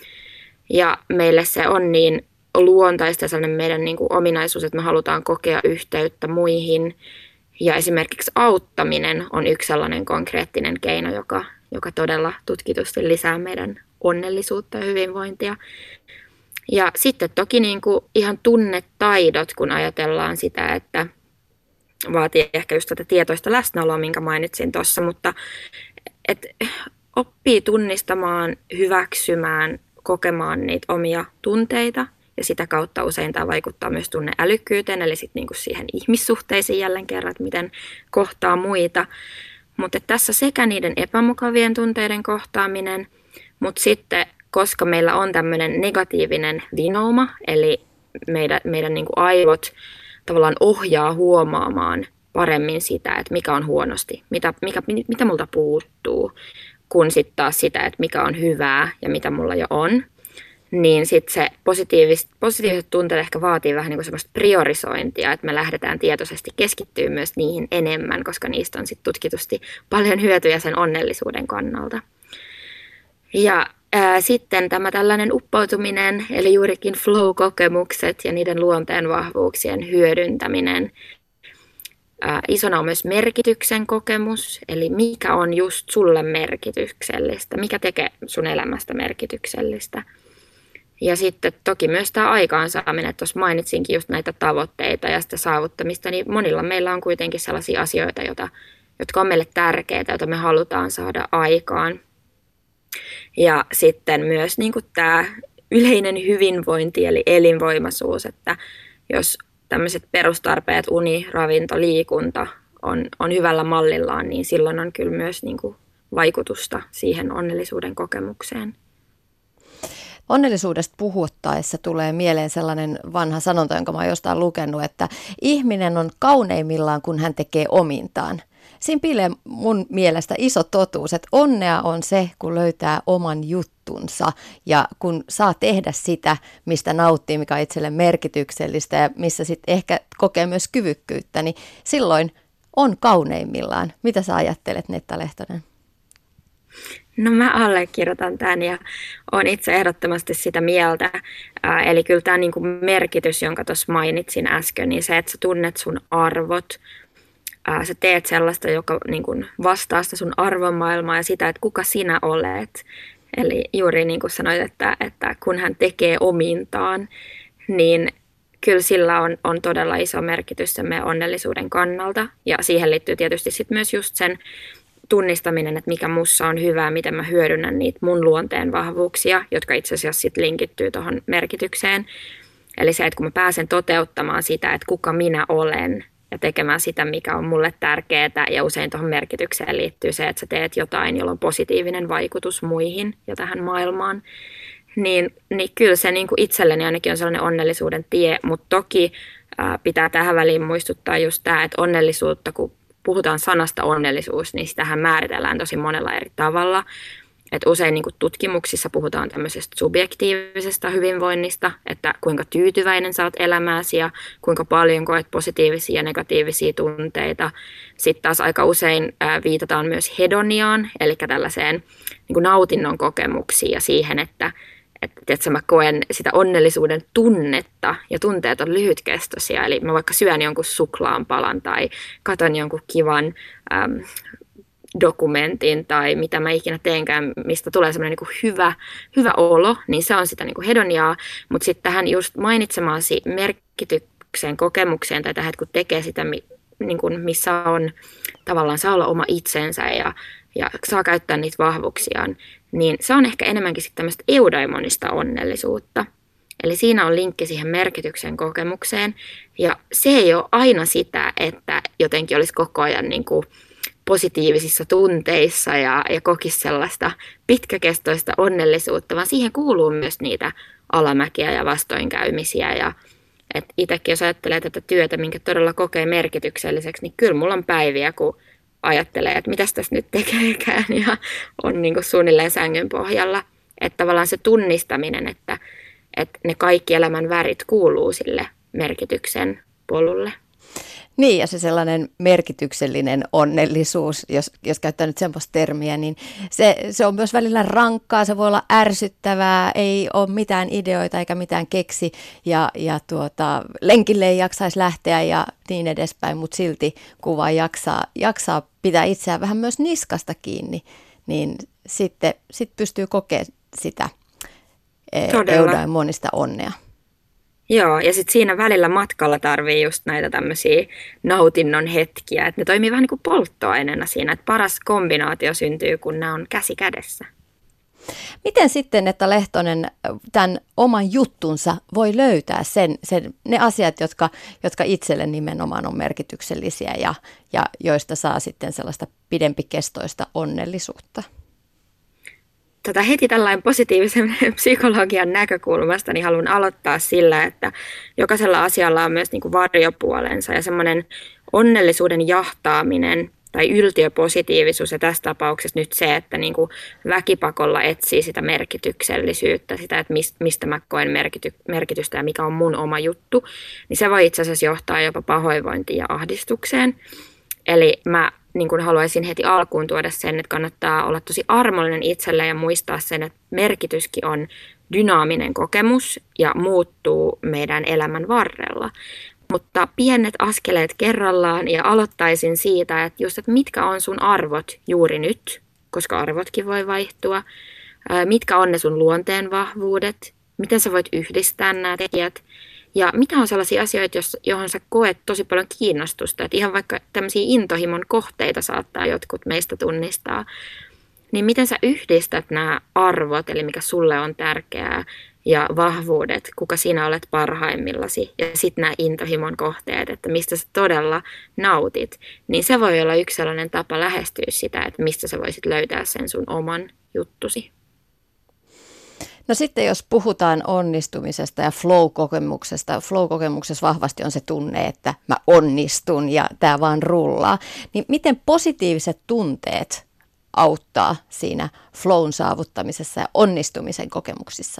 Ja meille se on niin luontaista sellainen meidän niin kuin ominaisuus, että me halutaan kokea yhteyttä muihin. Ja esimerkiksi auttaminen on yksi sellainen konkreettinen keino, joka todella tutkitusti lisää meidän onnellisuutta ja hyvinvointia. Ja sitten toki niin kuin ihan tunnetaidot, kun ajatellaan sitä, että vaatii ehkä just tätä tietoista läsnäoloa, minkä mainitsin tuossa, mutta että oppii tunnistamaan, hyväksymään, kokemaan niitä omia tunteita ja sitä kautta usein tämä vaikuttaa myös tunneälykkyyteen, eli sitten niin kuin siihen ihmissuhteisiin jälleen kerran, että miten kohtaa muita. Mutta tässä sekä niiden epämukavien tunteiden kohtaaminen, mutta sitten koska meillä on tämmöinen negatiivinen vinouma, eli meidän niin kuin aivot tavallaan ohjaa huomaamaan paremmin sitä, että mikä on huonosti, mitä multa puuttuu, kun sitten taas sitä, että mikä on hyvää ja mitä mulla jo on, niin sitten se positiiviset tunteet ehkä vaatii vähän niin kuin semmoista priorisointia, että me lähdetään tietoisesti keskittyä myös niihin enemmän, koska niistä on sitten tutkitusti paljon hyötyjä sen onnellisuuden kannalta. Ja sitten tämä tällainen uppoutuminen, eli juurikin flow-kokemukset ja niiden luonteen vahvuuksien hyödyntäminen. Isona on myös merkityksen kokemus, eli mikä on just sulle merkityksellistä, mikä tekee sun elämästä merkityksellistä. Ja sitten toki myös tämä aikaansaaminen, että tuossa mainitsinkin just näitä tavoitteita ja sitä saavuttamista, niin monilla meillä on kuitenkin sellaisia asioita, jotka on meille tärkeitä, joita me halutaan saada aikaan. Ja sitten myös niin kuin tämä yleinen hyvinvointi eli elinvoimaisuus, että jos tämmöiset perustarpeet, uni, ravinto, liikunta on hyvällä mallillaan, niin silloin on kyllä myös niin kuin vaikutusta siihen onnellisuuden kokemukseen. Onnellisuudesta puhuttaessa tulee mieleen sellainen vanha sanonta, jonka mä oon jostain lukenut, että ihminen on kauneimmillaan, kun hän tekee omintaan. Siinä piilee mun mielestä iso totuus, että onnea on se, kun löytää oman juttunsa ja kun saa tehdä sitä, mistä nauttii, mikä on itselle merkityksellistä ja missä sitten ehkä kokee myös kyvykkyyttä, niin silloin on kauneimmillaan. Mitä sä ajattelet, Netta Lehtonen? No mä allekirjoitan tämän ja olen itse ehdottomasti sitä mieltä. Eli kyllä tämä niin kuin merkitys, jonka tuossa mainitsin äsken, niin se, että sä tunnet sun arvot, sä teet sellaista, joka niin kuin vastaa sitä sun arvomaailmaa ja sitä, että kuka sinä olet. Eli juuri niin kuin sanoit, että kun hän tekee omintaan, niin kyllä sillä on todella iso merkitys sen meidän onnellisuuden kannalta. Ja siihen liittyy tietysti sit myös just sen tunnistaminen, että mikä mussa on hyvää, miten mä hyödynnän niitä mun luonteen vahvuuksia, jotka itse asiassa sit linkittyy tuohon merkitykseen. Eli se, että kun mä pääsen toteuttamaan sitä, että kuka minä olen ja tekemään sitä, mikä on mulle tärkeää, ja usein tuohon merkitykseen liittyy se, että sä teet jotain, jolla on positiivinen vaikutus muihin ja tähän maailmaan, niin kyllä se niin kuin itselleni ainakin on sellainen onnellisuuden tie, mutta toki pitää tähän väliin muistuttaa just tämä, että onnellisuutta, kun puhutaan sanasta onnellisuus, niin sitähän määritellään tosi monella eri tavalla. Et usein niin kuin tutkimuksissa puhutaan tämmöisestä subjektiivisesta hyvinvoinnista, että kuinka tyytyväinen sä oot elämääsi ja kuinka paljon koet positiivisia ja negatiivisia tunteita. Sitten taas aika usein viitataan myös hedoniaan, eli tällaiseen niin kuin nautinnon kokemuksiin ja siihen, että mä koen sitä onnellisuuden tunnetta ja tunteet on lyhytkestoisia. Eli mä vaikka syön jonkun suklaanpalan tai katon jonkun kivan dokumentin tai mitä mä ikinä teenkään, mistä tulee semmoinen niin kuin hyvä olo, niin se on sitä niin kuin hedoniaa. Mutta sitten tähän just mainitsemaasi merkitykseen, kokemukseen tai tähän, että kun tekee sitä, niin kuin missä on tavallaan saa olla oma itsensä ja saa käyttää niitä vahvuuksiaan, niin se on ehkä enemmänkin sitten tämmöistä eudaimonista onnellisuutta. Eli siinä on linkki siihen merkityksen kokemukseen, ja se ei ole aina sitä, että jotenkin olisi koko ajan niin kuin positiivisissa tunteissa ja kokisi sellaista pitkäkestoista onnellisuutta, vaan siihen kuuluu myös niitä alamäkiä ja vastoinkäymisiä. Ja itsekin jos ajattelee tätä työtä, minkä todella kokee merkitykselliseksi, niin kyllä mulla on päiviä, kun ajattelee, että mitäs tässä nyt tekeekään ja on niin kuin suunnilleen sängyn pohjalla. Että tavallaan se tunnistaminen, että ne kaikki elämän värit kuuluu sille merkityksen polulle. Niin, ja se sellainen merkityksellinen onnellisuus, jos käyttää nyt semmoista termiä, niin se on myös välillä rankkaa, se voi olla ärsyttävää, ei ole mitään ideoita eikä mitään keksi, ja lenkille ei jaksaisi lähteä ja niin edespäin, mutta silti kun vaan jaksaa pitää itseään vähän myös niskasta kiinni, niin sitten pystyy kokemaan sitä eudaimonista onnea. Joo, ja sitten siinä välillä matkalla tarvii just näitä tämmöisiä nautinnon hetkiä, että ne toimii vähän niin kuin polttoaineena siinä, että paras kombinaatio syntyy, kun nämä on käsi kädessä. Miten sitten, että Lehtonen tämän oman juttunsa voi löytää ne asiat, jotka itselle nimenomaan on merkityksellisiä ja joista saa sitten sellaista pidempikestoista onnellisuutta? Heti tällainen positiivisen psykologian näkökulmasta niin haluan aloittaa sillä, että jokaisella asialla on myös niin kuin varjopuolensa ja semmoinen onnellisuuden jahtaaminen tai yltiöpositiivisuus ja tässä tapauksessa nyt se, että niin kuin väkipakolla etsii sitä merkityksellisyyttä, sitä, että mistä mä koen merkitystä ja mikä on mun oma juttu, niin se voi itse asiassa johtaa jopa pahoinvointiin ja ahdistukseen. Eli mä niin kuin haluaisin heti alkuun tuoda sen, että kannattaa olla tosi armollinen itselleen ja muistaa sen, että merkityskin on dynaaminen kokemus ja muuttuu meidän elämän varrella. Mutta pienet askeleet kerrallaan ja aloittaisin siitä, että mitkä on sun arvot juuri nyt, koska arvotkin voi vaihtua. Mitkä on ne sun luonteen vahvuudet, miten sä voit yhdistää nämä tekijät. Ja mitä on sellaisia asioita, johon sä koet tosi paljon kiinnostusta, että ihan vaikka tämmöisiä intohimon kohteita saattaa jotkut meistä tunnistaa, niin miten sä yhdistät nämä arvot, eli mikä sulle on tärkeää, ja vahvuudet, kuka sinä olet parhaimmillasi, ja sitten nämä intohimon kohteet, että mistä sä todella nautit, niin se voi olla yksi sellainen tapa lähestyä sitä, että mistä sä voisit löytää sen sun oman juttusi. No sitten jos puhutaan onnistumisesta ja flow-kokemuksesta, flow-kokemuksessa vahvasti on se tunne, että mä onnistun ja tämä vaan rullaa, niin miten positiiviset tunteet auttaa siinä flown saavuttamisessa ja onnistumisen kokemuksissa?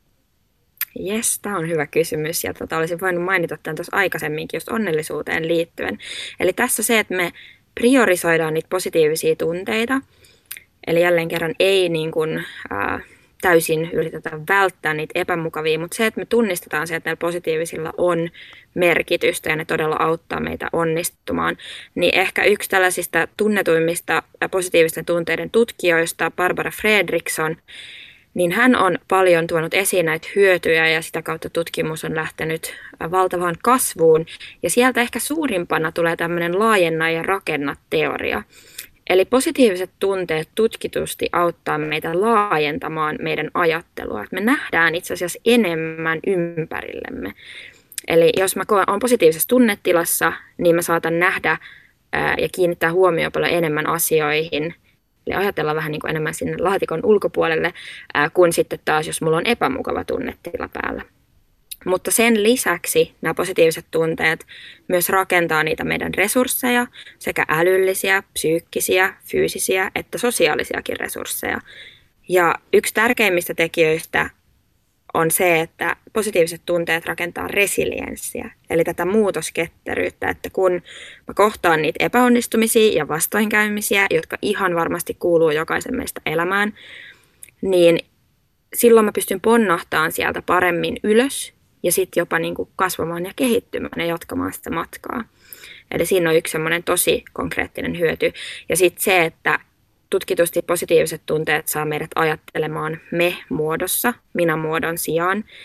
Jes, tämä on hyvä kysymys ja olisin voinut mainita tämän tuossa aikaisemminkin just onnellisuuteen liittyen. Eli tässä se, että me priorisoidaan niitä positiivisia tunteita, eli jälleen kerran ei niin kuin, täysin yritetä välttää niitä epämukavia, mutta se, että me tunnistetaan se, että näillä positiivisilla on merkitystä ja ne todella auttaa meitä onnistumaan, niin ehkä yksi tällaisista tunnetuimmista positiivisten tunteiden tutkijoista, Barbara Fredriksson, niin hän on paljon tuonut esiin näitä hyötyjä ja sitä kautta tutkimus on lähtenyt valtavaan kasvuun. Ja sieltä ehkä suurimpana tulee tämmöinen laajenna ja rakenna teoria. Eli positiiviset tunteet tutkitusti auttaa meitä laajentamaan meidän ajattelua. Me nähdään itse asiassa enemmän ympärillemme. Eli jos mä olen positiivisessa tunnetilassa, niin mä saatan nähdä ja kiinnittää huomioon paljon enemmän asioihin. Eli ajatellaan vähän niin kuin enemmän sinne laatikon ulkopuolelle, kuin sitten taas, jos mulla on epämukava tunnetila päällä. Mutta sen lisäksi nämä positiiviset tunteet myös rakentaa niitä meidän resursseja, sekä älyllisiä, psyykkisiä, fyysisiä että sosiaalisiakin resursseja. Ja yksi tärkeimmistä tekijöistä on se, että positiiviset tunteet rakentaa resilienssiä, eli tätä muutosketteryyttä, että kun mä kohtaan niitä epäonnistumisia ja vastoinkäymisiä, jotka ihan varmasti kuuluu jokaisen meistä elämään, niin silloin mä pystyn ponnahtamaan sieltä paremmin ylös ja sitten jopa niin kuin kasvamaan ja kehittymään ja jatkamaan sitä matkaa. Eli siinä on yksi semmoinen tosi konkreettinen hyöty. Ja sitten se, että tutkitusti positiiviset tunteet saa meidät ajattelemaan me-muodossa, minä-muodon sijaan.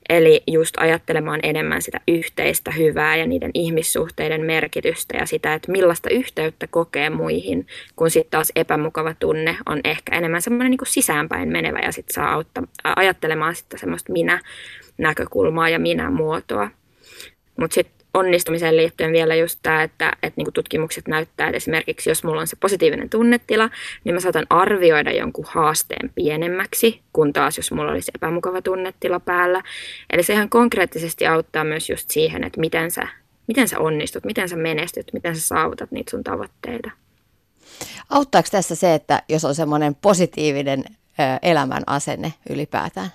Eli just ajattelemaan enemmän sitä yhteistä hyvää ja niiden ihmissuhteiden merkitystä ja sitä, että millaista yhteyttä kokee muihin, kun sitten taas epämukava tunne on ehkä enemmän semmoinen niin kuin sisäänpäin menevä ja sitten saa ajattelemaan sitä semmoista minä-näkökulmaa ja minä-muotoa. Mutta sitten onnistumiseen liittyen vielä just tämä, että niin kuin tutkimukset näyttää, että esimerkiksi jos mulla on se positiivinen tunnetila, niin mä saatan arvioida jonkun haasteen pienemmäksi, kun taas jos mulla olisi epämukava tunnetila päällä. Eli se ihan konkreettisesti auttaa myös just siihen, että miten sä onnistut, miten sä menestyt, miten sä saavutat niitä sun tavoitteita. Auttaako tässä se, että jos on semmoinen positiivinen elämän asenne ylipäätään?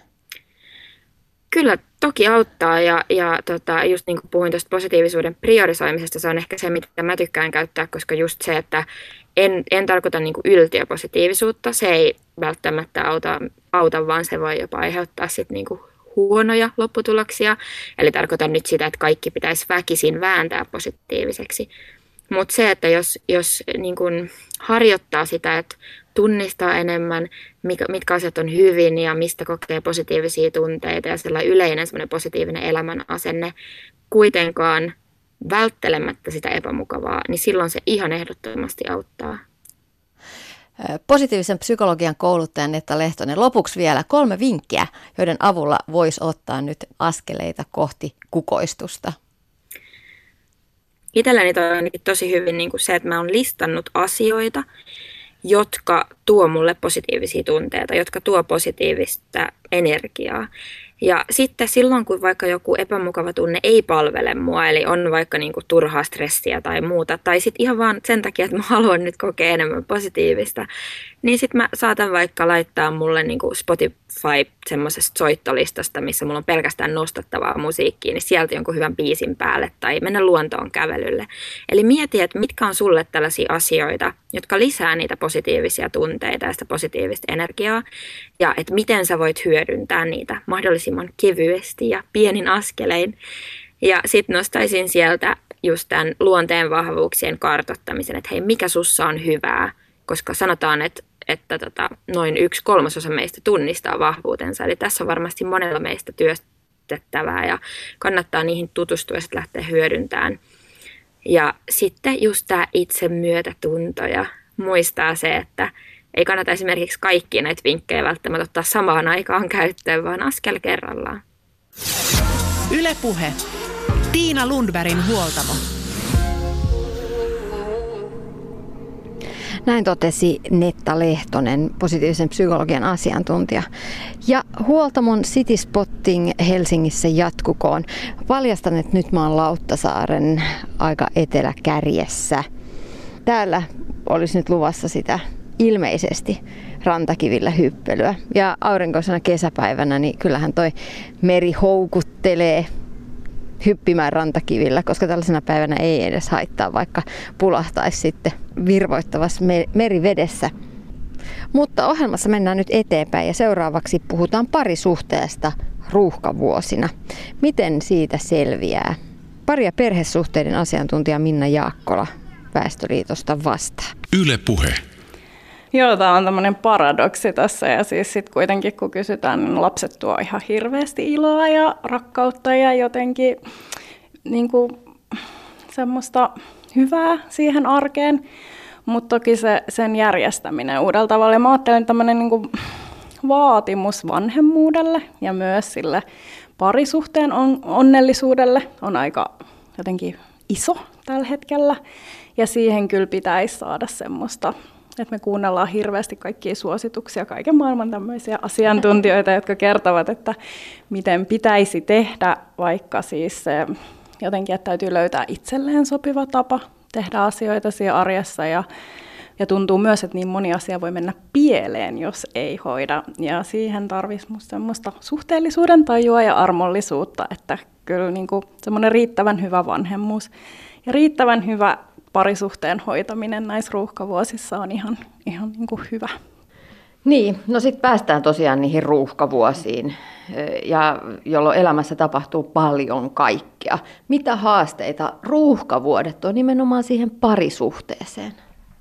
Kyllä toki auttaa ja just niin kuin puhuin tuosta positiivisuuden priorisoimisesta, se on ehkä se, mitä mä tykkään käyttää, koska just se, että en tarkoita niin kuin yltiöpositiivisuutta, se ei välttämättä auta, vaan se voi jopa aiheuttaa sit niin kuin huonoja lopputuloksia. Eli tarkoitan nyt sitä, että kaikki pitäisi väkisin vääntää positiiviseksi. Mutta se, että jos niin kun harjoittaa sitä, että tunnistaa enemmän, mitkä asiat on hyvin ja mistä kokee positiivisia tunteita ja sellainen yleinen sellainen positiivinen elämän asenne, kuitenkaan välttelemättä sitä epämukavaa, niin silloin se ihan ehdottomasti auttaa. Positiivisen psykologian kouluttaja Netta Lehtonen, lopuksi vielä 3 vinkkiä, joiden avulla voisi ottaa nyt askeleita kohti kukoistusta. Itselläni toi on tosi hyvin niin kuin se, että mä oon listannut asioita, jotka tuo mulle positiivisia tunteita, jotka tuo positiivista energiaa. Ja sitten silloin, kun vaikka joku epämukava tunne ei palvele mua, eli on vaikka niin kuin turhaa stressiä tai muuta, tai sitten ihan vaan sen takia, että mä haluan nyt kokea enemmän positiivista, niin sitten mä saatan vaikka laittaa mulle niin kuin Spotify semmoisesta soittolistasta, missä mulla on pelkästään nostattavaa musiikkia, niin sieltä jonkun hyvän biisin päälle tai mennä luontoon kävelylle. Eli mieti, että mitkä on sulle tällaisia asioita, jotka lisää niitä positiivisia tunteita ja sitä positiivista energiaa, ja että miten sä voit hyödyntää niitä mahdollisimman kevyesti ja pienin askelein. Ja sitten nostaisin sieltä just tämän luonteen vahvuuksien kartoittamisen, että hei, mikä sussa on hyvää, koska sanotaan, että noin 1/3 meistä tunnistaa vahvuutensa. Eli tässä on varmasti monella meistä työstettävää ja kannattaa niihin tutustua ja sitten lähteä hyödyntämään. Ja sitten just tämä itsemyötätunto ja muistaa se, että ei kannata esimerkiksi kaikkia näitä vinkkejä välttämättä ottaa samaan aikaan käyttöön, vaan askel kerrallaan. Yle Puhe. Tiina Lundbergin huoltamo. Näin totesi Netta Lehtonen, positiivisen psykologian asiantuntija. Ja huoltamon City Spotting Helsingissä jatkukoon. Paljastan, että nyt mä oon Lauttasaaren aika eteläkärjessä. Täällä olisi nyt luvassa sitä ilmeisesti rantakivillä hyppelyä. Ja aurinkoisena kesäpäivänä, niin kyllähän toi meri houkuttelee hyppimään rantakivillä, koska tällaisena päivänä ei edes haittaa, vaikka pulahtaisi sitten virvoittavassa merivedessä. Mutta ohjelmassa mennään nyt eteenpäin ja seuraavaksi puhutaan parisuhteesta ruuhkavuosina. Miten siitä selviää? Pari- ja perhesuhteiden asiantuntija Minna Jaakkola Väestöliitosta vastaa. Yle Puhe. Joo, tämä on tämmöinen paradoksi tässä ja siis sitten kuitenkin kun kysytään, niin lapset tuo ihan hirveästi iloa ja rakkautta ja jotenkin niin kuin semmoista hyvää siihen arkeen, mutta toki sen järjestäminen uudella tavalla. Ja mä ajattelen tämmöinen niin kuin vaatimus vanhemmuudelle ja myös sille parisuhteen onnellisuudelle on aika jotenkin iso tällä hetkellä ja siihen kyllä pitäisi saada semmoista, että me kuunnellaan hirveästi kaikkia suosituksia, kaiken maailman tämmöisiä asiantuntijoita, jotka kertovat, että miten pitäisi tehdä, vaikka siis jotenkin, että täytyy löytää itselleen sopiva tapa tehdä asioita siinä arjessa ja tuntuu myös, että niin moni asia voi mennä pieleen, jos ei hoida. Ja siihen tarvitsisi musta semmoista suhteellisuuden tajua ja armollisuutta, että kyllä niin kuin semmoinen riittävän hyvä vanhemmuus ja riittävän hyvä parisuhteen hoitaminen näissä ruuhkavuosissa on ihan niin kuin hyvä. Niin, no sitten päästään tosiaan niihin ruuhkavuosiin, ja jolloin elämässä tapahtuu paljon kaikkea. Mitä haasteita ruuhkavuodet on nimenomaan siihen parisuhteeseen?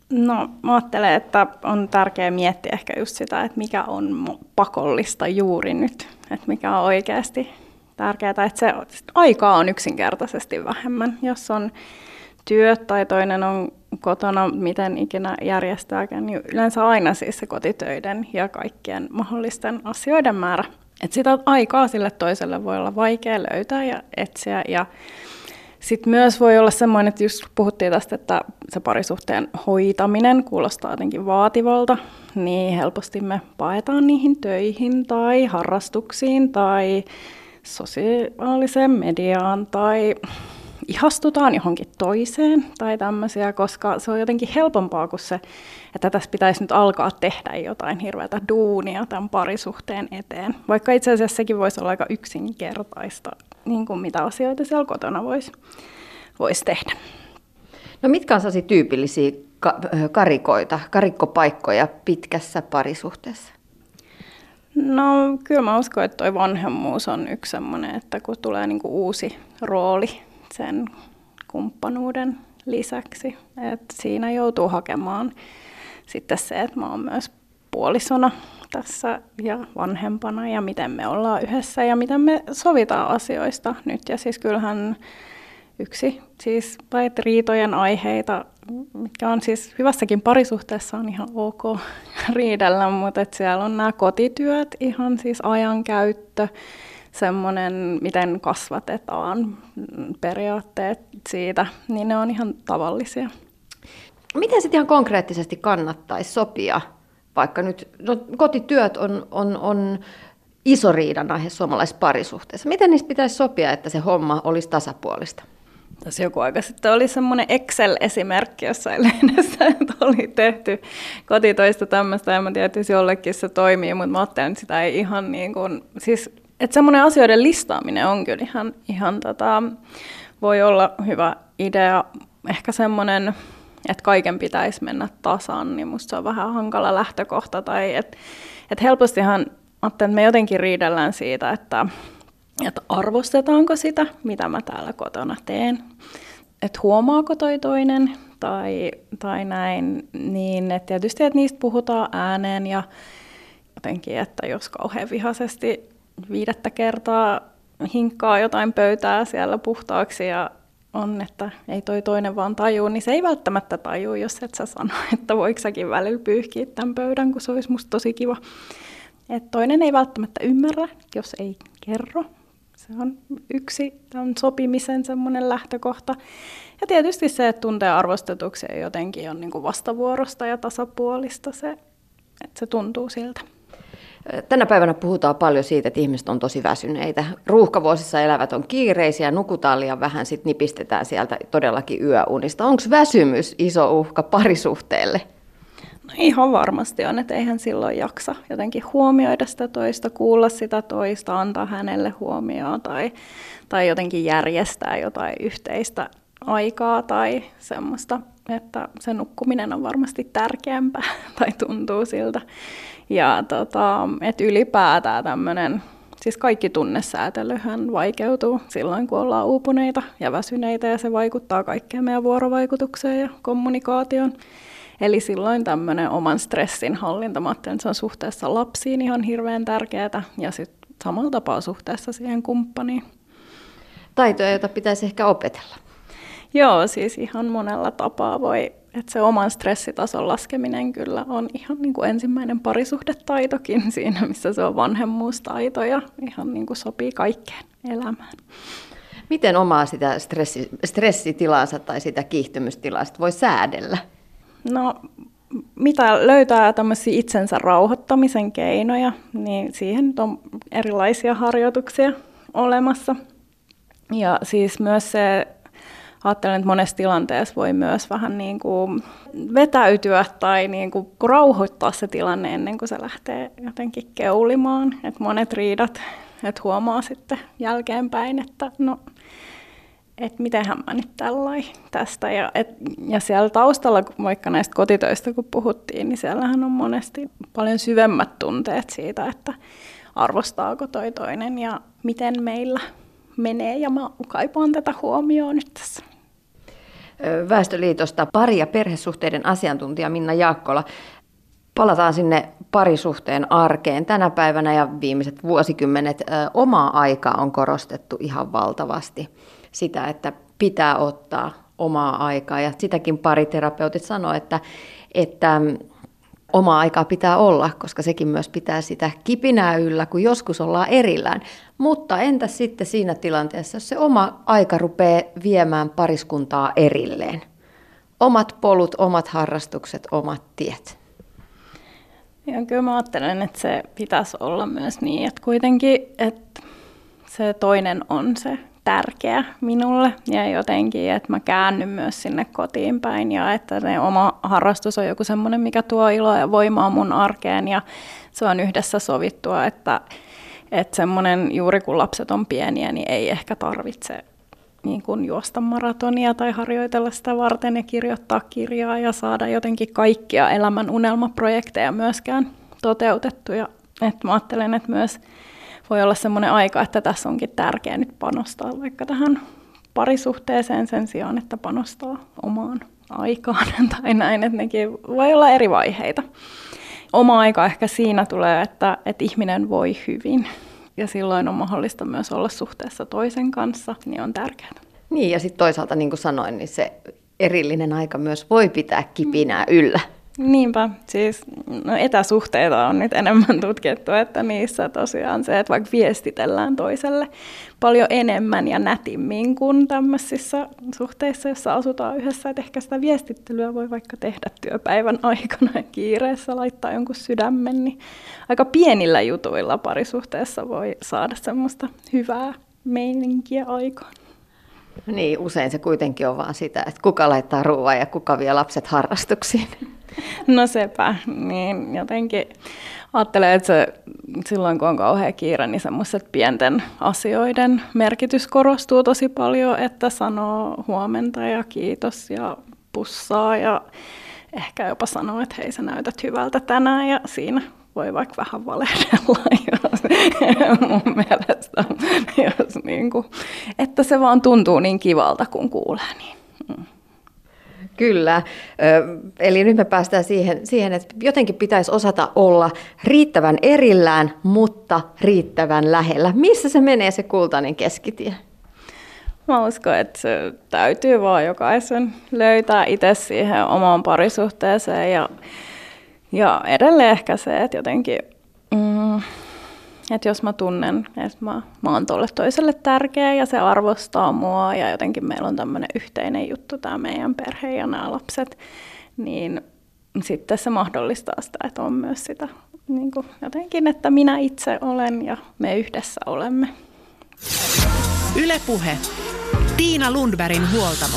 No, mä ajattelen, että on tärkeää miettiä ehkä just sitä, että mikä on pakollista juuri nyt, että mikä on oikeasti tärkeää, että se aikaa on yksinkertaisesti vähemmän, jos on työt tai toinen on kotona, miten ikinä järjestääkään, niin yleensä aina siis se kotitöiden ja kaikkien mahdollisten asioiden määrä. Että sitä aikaa sille toiselle voi olla vaikea löytää ja etsiä. Ja sitten myös voi olla semmoinen, että just puhuttiin tästä, että se parisuhteen hoitaminen kuulostaa jotenkin vaativalta, niin helposti me paetaan niihin töihin tai harrastuksiin tai sosiaaliseen mediaan tai ihastutaan johonkin toiseen tai tämmöisiä, koska se on jotenkin helpompaa kuin se, että tässä pitäisi nyt alkaa tehdä jotain hirveätä duunia tämän parisuhteen eteen. Vaikka itse asiassa sekin voisi olla aika yksinkertaista, niin kuin mitä asioita siellä kotona voisi tehdä. No mitkä on sellaisia tyypillisiä karikkopaikkoja pitkässä parisuhteessa? No kyllä mä uskon, että toi vanhemmuus on yksi semmoinen, että kun tulee niinku uusi rooli sen kumppanuuden lisäksi, että siinä joutuu hakemaan sitten se, että mä oon myös puolisona tässä ja vanhempana ja miten me ollaan yhdessä ja miten me sovitaan asioista nyt. Ja siis kyllähän yksi siis riitojen aiheita, mitkä on siis hyvässäkin parisuhteessa on ihan ok riidellä, mutta että siellä on nämä kotityöt, ihan siis ajankäyttö, semmoinen, miten kasvatetaan, periaatteet siitä, niin ne on ihan tavallisia. Miten sitten ihan konkreettisesti kannattaisi sopia, vaikka nyt kotityöt on iso riidan aihe suomalaisessa parisuhteessa. Miten niistä pitäisi sopia, että se homma olisi tasapuolista? Tässä joku aika sitten oli semmoinen Excel-esimerkki jossain lehdessä, että oli tehty kotitoista tämmöistä, ja mä tiedän, että jollekin se toimii, mutta mä ajattelen, että sitä ei ihan niin kuin, siis, että semmoinen asioiden listaaminen on kyllä ihan voi olla hyvä idea, ehkä semmoinen, että kaiken pitäisi mennä tasan, niin musta se on vähän hankala lähtökohta, tai että helpostihan ajattelen, että me jotenkin riidellään siitä, että arvostetaanko sitä, mitä mä täällä kotona teen, että huomaako toi toinen tai näin, niin että tietysti, että niistä puhutaan ääneen ja jotenkin, että jos kauhean vihaisesti 5. kertaa hinkkaa jotain pöytää siellä puhtaaksi ja on, että ei toi toinen vaan tajuu, niin se ei välttämättä tajuu, jos et sä sano, että voiko säkin välillä pyyhkiä tämän pöydän, kun se olisi musta tosi kiva. Että toinen ei välttämättä ymmärrä, jos ei kerro. Se on yksi tämän sopimisen semmoinen lähtökohta. Ja tietysti se, että tuntee arvostetuksi jotenkin on niin kuin vastavuorosta ja tasapuolista, että se tuntuu siltä. Tänä päivänä puhutaan paljon siitä, että ihmiset on tosi väsyneitä. Ruuhkavuosissa elävät on kiireisiä, nukutaan liian vähän, sitten nipistetään sieltä todellakin yöunista. Onko väsymys iso uhka parisuhteelle? No ihan varmasti on, että eihän silloin jaksa jotenkin huomioida sitä toista, kuulla sitä toista, antaa hänelle huomioon tai jotenkin järjestää jotain yhteistä aikaa tai semmoista, että se nukkuminen on varmasti tärkeämpää tai tuntuu siltä. Ja että ylipäätään tämmöinen, siis kaikki tunnesäätelyhän vaikeutuu silloin, kun ollaan uupuneita ja väsyneitä ja se vaikuttaa kaikkeen meidän vuorovaikutukseen ja kommunikaatioon. Eli silloin tämmöinen oman stressin hallinta, mä ajattelen, että se on suhteessa lapsiin ihan hirveän tärkeää ja sitten samalla tapaa suhteessa siihen kumppaniin. Taitoja, joita pitäisi ehkä opetella. Joo, siis ihan monella tapaa voi, että se oman stressitason laskeminen kyllä on ihan niin kuin ensimmäinen parisuhdetaitokin siinä, missä se on vanhemmuustaito ja ihan niin kuin sopii kaikkeen elämään. Miten omaa sitä stressitilansa tai sitä kiihtymystilaa voi säädellä? No, mitä löytää tämmöisiä itsensä rauhoittamisen keinoja, niin siihen on erilaisia harjoituksia olemassa. Ja siis myös se, ajattelen, että monessa tilanteessa voi myös vähän niin kuin vetäytyä tai niin kuin rauhoittaa se tilanne ennen kuin se lähtee jotenkin keulimaan. Että monet riidat, että huomaa sitten jälkeenpäin, että no, että mitenhän mä nyt tällainen tästä. Ja siellä taustalla, vaikka näistä kotitöistä kun puhuttiin, niin siellähän on monesti paljon syvemmät tunteet siitä, että arvostaako toi toinen ja miten meillä menee. Ja mä kaipaan tätä huomioon nyt tässä. Väestöliitosta pari- ja perhesuhteiden asiantuntija Minna Jaakkola. Palataan sinne parisuhteen arkeen. Tänä päivänä ja viimeiset vuosikymmenet omaa aikaa on korostettu ihan valtavasti. Sitä, että pitää ottaa omaa aikaa, ja sitäkin pariterapeutit sanoo, että omaa aikaa pitää olla, koska sekin myös pitää sitä kipinää yllä, kun joskus ollaan erillään. Mutta entä sitten siinä tilanteessa, jos se oma aika rupeaa viemään pariskuntaa erilleen? Omat polut, omat harrastukset, omat tiet. Ja kyllä mä ajattelen, että se pitäisi olla myös niin, että kuitenkin että se toinen on se tärkeä minulle ja jotenkin, että mä käännyn myös sinne kotiin päin ja että ne oma harrastus on joku semmoinen, mikä tuo iloa ja voimaa mun arkeen ja se on yhdessä sovittua, että semmoinen juuri kun lapset on pieniä, niin ei ehkä tarvitse niin kuin juosta maratonia tai harjoitella sitä varten ja kirjoittaa kirjaa ja saada jotenkin kaikkia elämän unelmaprojekteja myöskään toteutettuja. Että mä ajattelen, että myös voi olla semmoinen aika, että tässä onkin tärkeää nyt panostaa vaikka tähän parisuhteeseen sen sijaan, että panostaa omaan aikaan tai näin, että nekin voi olla eri vaiheita. Oma aika ehkä siinä tulee, että ihminen voi hyvin ja silloin on mahdollista myös olla suhteessa toisen kanssa, niin on tärkeää. Niin, ja sitten toisaalta, niin kuin sanoin, niin se erillinen aika myös voi pitää kipinää yllä. Niinpä, siis etäsuhteita on nyt enemmän tutkittu, että niissä tosiaan se, että vaikka viestitellään toiselle paljon enemmän ja nätimmin kuin tämmöisissä suhteissa, joissa asutaan yhdessä, että ehkä sitä viestittelyä voi vaikka tehdä työpäivän aikana ja kiireessä laittaa jonkun sydämen, niin aika pienillä jutuilla parisuhteessa voi saada semmoista hyvää meininkiä aikaan. Niin, usein se kuitenkin on vaan sitä, että kuka laittaa ruoan ja kuka vie lapset harrastuksiin. No sepä, niin jotenkin ajattelen, että se, silloin kun on kauhean kiire, niin semmoiset pienten asioiden merkitys korostuu tosi paljon, että sanoo huomenta ja kiitos ja pussaa ja ehkä jopa sanoo, että hei sä näytät hyvältä tänään ja siinä voi vaikka vähän valehdella, jos mun mielestä, jos niin kuin, että se vaan tuntuu niin kivalta, kun kuulee. Niin. Kyllä, eli nyt me päästään siihen, että jotenkin pitäisi osata olla riittävän erillään, mutta riittävän lähellä. Missä se menee se kultainen keskitie? Mä uskon, että se täytyy vaan jokaisen löytää itse siihen omaan parisuhteeseen ja edelleen ehkä se, että jotenkin, että jos mä tunnen, että mä oon tolle toiselle tärkeä ja se arvostaa mua ja jotenkin meillä on tämmöinen yhteinen juttu, tämä meidän perhe ja nämä lapset, niin sitten se mahdollistaa sitä, että on myös sitä niin kuin jotenkin, että minä itse olen ja me yhdessä olemme. Yle Puhe. Tiina Lundbergin huoltamo.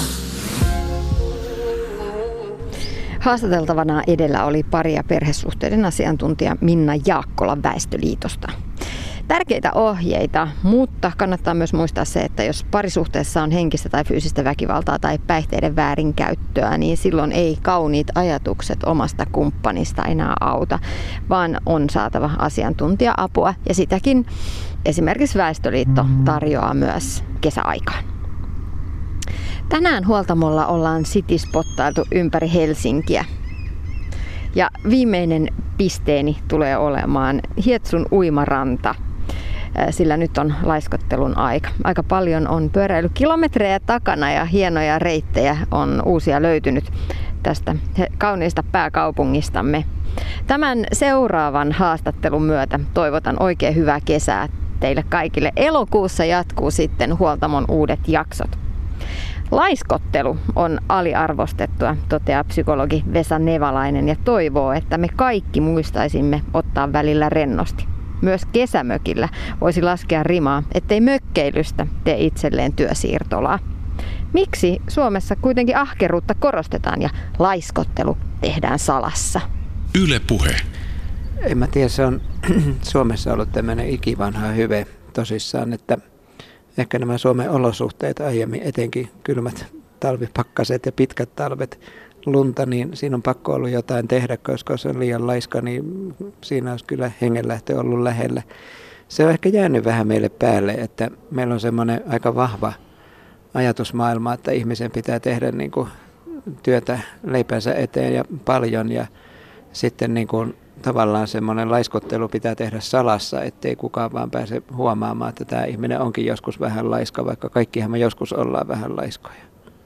Haastateltavana edellä oli pari- ja perhesuhteiden asiantuntija Minna Jaakkola Väestöliitosta. Tärkeitä ohjeita, mutta kannattaa myös muistaa se, että jos parisuhteessa on henkistä tai fyysistä väkivaltaa tai päihteiden väärinkäyttöä, niin silloin ei kauniit ajatukset omasta kumppanista enää auta, vaan on saatava asiantuntija-apua ja sitäkin esimerkiksi Väestöliitto tarjoaa myös kesäaikaan. Tänään huoltamolla ollaan cityspottailtu ympäri Helsinkiä. Ja viimeinen pisteeni tulee olemaan Hietsun uimaranta, sillä nyt on laiskottelun aika. Aika paljon on pyöräilykilometrejä takana ja hienoja reittejä on uusia löytynyt tästä kauniista pääkaupungistamme. Tämän seuraavan haastattelun myötä toivotan oikein hyvää kesää teille kaikille. Elokuussa jatkuu sitten huoltamon uudet jaksot. Laiskottelu on aliarvostettua, toteaa psykologi Vesa Nevalainen ja toivoo, että me kaikki muistaisimme ottaa välillä rennosti. Myös kesämökillä voisi laskea rimaa, ettei mökkeilystä tee itselleen työsiirtolaa. Miksi Suomessa kuitenkin ahkeruutta korostetaan ja laiskottelu tehdään salassa? Yle Puhe. En mä tiedä, se on Suomessa ollut tämmöinen ikivanha hyve tosissaan, että ehkä nämä Suomen olosuhteet aiemmin, etenkin kylmät talvipakkaset ja pitkät talvet, lunta, niin siinä on pakko ollut jotain tehdä, koska se on liian laiska, niin siinä olisi kyllä hengenlähtö ollut lähellä. Se on ehkä jäänyt vähän meille päälle, että meillä on semmoinen aika vahva ajatusmaailma, että ihmisen pitää tehdä niin kuin työtä leipänsä eteen ja paljon ja sitten niin kuin tavallaan semmoinen laiskottelu pitää tehdä salassa, ettei kukaan vaan pääse huomaamaan, että tämä ihminen onkin joskus vähän laiska, vaikka kaikkihan me joskus ollaan vähän laiskoja.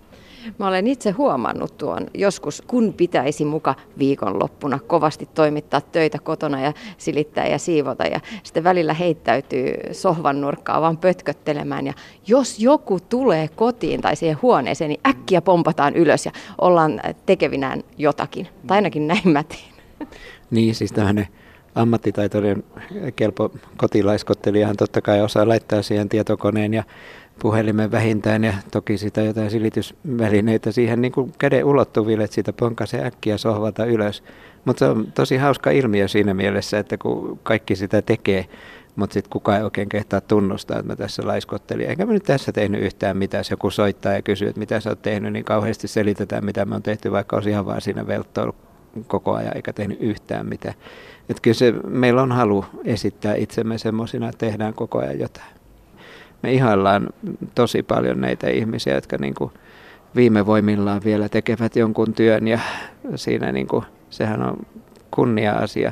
Mä olen itse huomannut tuon joskus, kun pitäisi muka viikonloppuna kovasti toimittaa töitä kotona ja silittää ja siivota ja sitten välillä heittäytyy sohvan nurkkaan vaan pötköttelemään ja jos joku tulee kotiin tai siihen huoneeseen, niin äkkiä pompataan ylös ja ollaan tekevinään jotakin. Tai ainakin näin mä teen. Niin, siis tämmöinen ammattitaitoinen kelpo kotilaiskottelijahan totta kai osaa laittaa siihen tietokoneen ja puhelimen vähintään ja toki sitä jotain silitysvälineitä siihen niin kuin käden ulottuville, että siitä ponkasee äkkiä sohvalta ylös. Mutta se on tosi hauska ilmiö siinä mielessä, että kun kaikki sitä tekee, mutta sitten kukaan ei oikein kehtaa tunnustaa, että mä tässä laiskottelin. Enkä mä nyt tässä tehnyt yhtään mitään. Jos joku soittaa ja kysyy, että mitä sä oot tehnyt, niin kauheasti selitetään, mitä me on tehty, vaikka olisi ihan vaan siinä velttoilla koko ajan eikä tehnyt yhtään mitään. Että kyllä meillä on halu esittää itsemme semmoisina, että tehdään koko ajan jotain. Me ihaillaan tosi paljon näitä ihmisiä, jotka niin kuin viime voimillaan vielä tekevät jonkun työn ja siinä niin kuin, sehän on kunnia-asia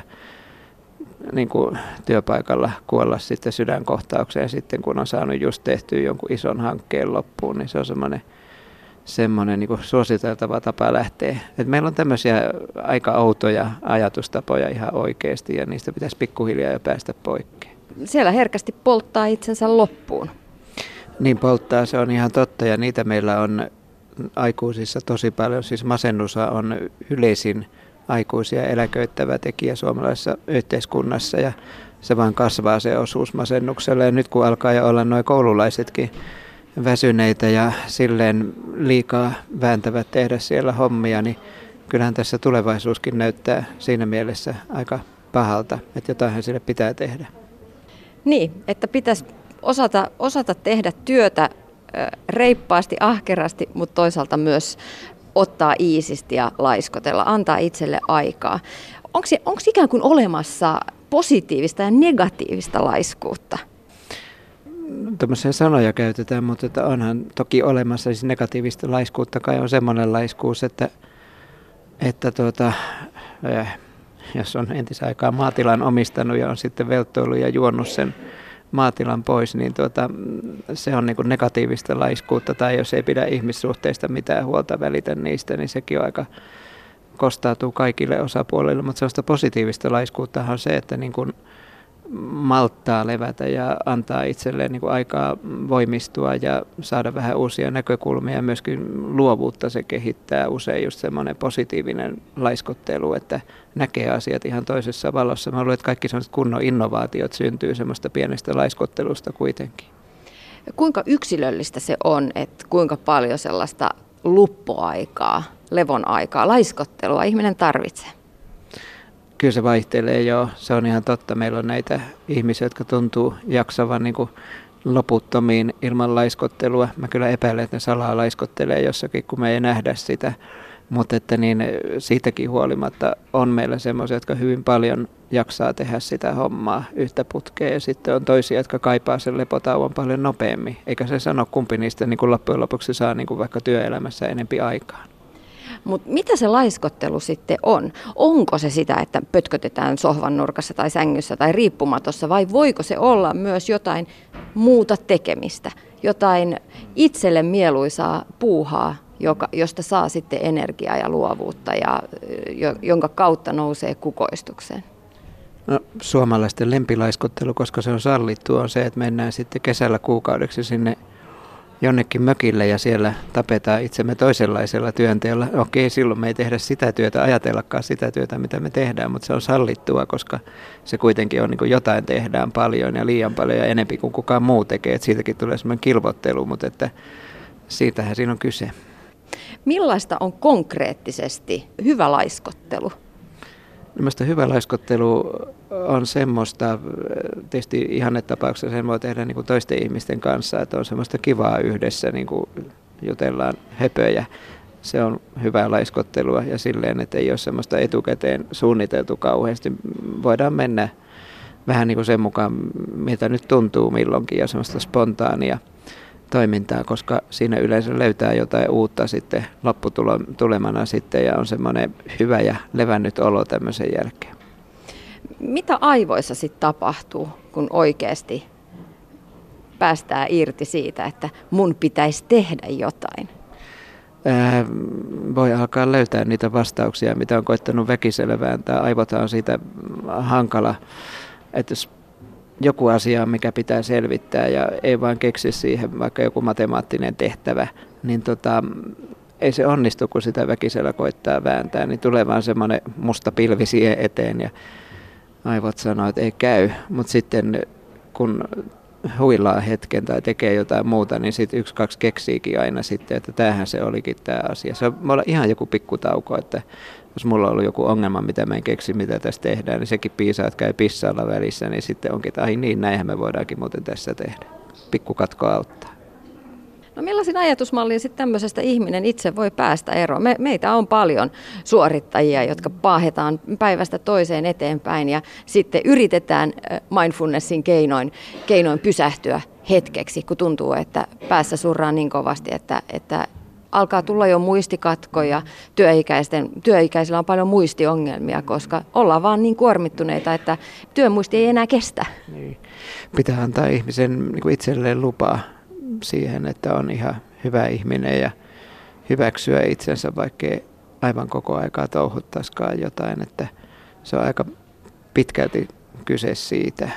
niin kuin työpaikalla kuolla sitten sydänkohtaukseen sitten, kun on saanut just tehtyä jonkun ison hankkeen loppuun, niin se on semmoinen niin kuin suositeltava tapa lähteä. Et meillä on tämmöisiä aika outoja ajatustapoja ihan oikeasti ja niistä pitäisi pikkuhiljaa jo päästä poikki. Siellä herkästi polttaa itsensä loppuun. Niin polttaa, se on ihan totta ja niitä meillä on aikuisissa tosi paljon. Siis masennus on yleisin aikuisia eläköittävä tekijä suomalaisessa yhteiskunnassa ja se vaan kasvaa se osuus masennukselle. Ja nyt kun alkaa jo olla nuo koululaisetkin väsyneitä ja silleen liikaa vääntävät tehdä siellä hommia, niin kyllähän tässä tulevaisuuskin näyttää siinä mielessä aika pahalta, että jotainhan sille pitää tehdä. Niin, että pitäisi osata tehdä työtä reippaasti, ahkerasti, mutta toisaalta myös ottaa iisisti ja laiskotella, antaa itselle aikaa. Onko ikään kuin olemassa positiivista ja negatiivista laiskuutta? Tämmöisiä sanoja käytetään, mutta että onhan toki olemassa siis negatiivista laiskuutta. Kai on semmoinen laiskuus, että jos on entisaikaan maatilan omistanut ja on sitten velttoillut ja juonut sen maatilan pois, niin se on niin kuin negatiivista laiskuutta. Tai jos ei pidä ihmissuhteista mitään huolta, välitä niistä, niin sekin on aika kostautuu kaikille osapuolille. Mutta sellaista positiivista laiskuuttahan on se, että niin kuin malttaa levätä ja antaa itselleen niin kuin aikaa voimistua ja saada vähän uusia näkökulmia ja myöskin luovuutta se kehittää usein just semmoinen positiivinen laiskottelu, että näkee asiat ihan toisessa valossa. Mä luulen, että kaikki sellaiset kunnon innovaatiot syntyy semmoista pienestä laiskottelusta kuitenkin. Kuinka yksilöllistä se on, että kuinka paljon sellaista luppoaikaa, levon aikaa, laiskottelua ihminen tarvitsee? Kyllä se vaihtelee, joo. Se on ihan totta. Meillä on näitä ihmisiä, jotka tuntuu jaksavan niin kuin loputtomiin ilman laiskottelua. Mä kyllä epäilen, että ne salaa laiskottelee jossakin, kun me ei nähdä sitä. Mutta että niin, siitäkin huolimatta on meillä semmoisia, jotka hyvin paljon jaksaa tehdä sitä hommaa yhtä putkea. Ja sitten on toisia, jotka kaipaa sen lepotauon paljon nopeammin. Eikä se sano, kumpi niistä niin kuin loppujen lopuksi saa niin kuin vaikka työelämässä enempi aikaa. Mutta mitä se laiskottelu sitten on? Onko se sitä, että pötkötetään sohvan nurkassa tai sängyssä tai riippumatossa vai voiko se olla myös jotain muuta tekemistä? Jotain itselle mieluisaa puuhaa, josta saa sitten energiaa ja luovuutta ja jonka kautta nousee kukoistukseen? No, suomalaisten lempilaiskottelu, koska se on sallittu, on se, että mennään sitten kesällä kuukaudeksi sinne jonnekin mökille ja siellä tapetaan itsemme toisenlaisella työnteellä. Okei, silloin me ei tehdä sitä työtä, ajatellakaan sitä työtä, mitä me tehdään, mutta se on sallittua, koska se kuitenkin on niin kuin jotain tehdään paljon ja liian paljon ja enemmän kuin kukaan muu tekee. Että siitäkin tulee semmoinen kilvottelu, mutta että siitähän siinä on kyse. Millaista on konkreettisesti hyvä laiskottelu? Mielestäni hyvä laiskottelu on semmoista, tietysti ihannetapauksessa sen voi tehdä niin kuin toisten ihmisten kanssa, että on semmoista kivaa yhdessä, niin kuin jutellaan höpöjä. Se on hyvää laiskottelua ja silleen, että ei ole semmoista etukäteen suunniteltu kauheasti. Voidaan mennä vähän niin kuin sen mukaan, miltä nyt tuntuu milloinkin ja semmoista spontaania toimintaa, koska siinä yleensä löytää jotain uutta sitten lopputulemana sitten ja on semmoinen hyvä ja levännyt olo tämmöisen jälkeen. Mitä aivoissa sitten tapahtuu, kun oikeasti päästään irti siitä, että mun pitäisi tehdä jotain? Voi alkaa löytää niitä vastauksia, mitä on koittanut väkisellä vääntää. Aivothan on siitä hankala, että jos joku asia, mikä pitää selvittää ja ei vaan keksi siihen vaikka joku matemaattinen tehtävä, niin ei se onnistu, kun sitä väkisellä koittaa vääntää, niin tulee vaan semmoinen musta pilvi siihen eteen ja aivot sanoo, että ei käy, mutta sitten kun huilaa hetken tai tekee jotain muuta, niin sitten 1-2 keksiikin aina sitten, että tämähän se olikin tämä asia. Se voi olla ihan joku pikkutauko, että jos mulla on ollut joku ongelma, mitä mä en keksi, mitä tässä tehdään, niin sekin piisaa, että käy pissalla välissä, niin sitten onkin, että ai niin, näinhän me voidaankin muuten tässä tehdä. Pikkukatko auttaa. No millaisiin ajatusmalliin sitten tämmöisestä ihminen itse voi päästä eroon? Meitä on paljon suorittajia, jotka paahetaan päivästä toiseen eteenpäin ja sitten yritetään mindfulnessin keinoin pysähtyä hetkeksi, kun tuntuu, että päässä surraa niin kovasti, että alkaa tulla jo muistikatkoja. Työikäisillä on paljon muistiongelmia, koska ollaan vaan niin kuormittuneita, että työmuisti ei enää kestä. Niin. Pitää antaa ihmisen niin kuin itselleen lupaa siihen, että on ihan hyvä ihminen ja hyväksyä itsensä, vaikkei aivan koko aikaa touhuttaisikaan jotain, että se on aika pitkälti kyse siitä.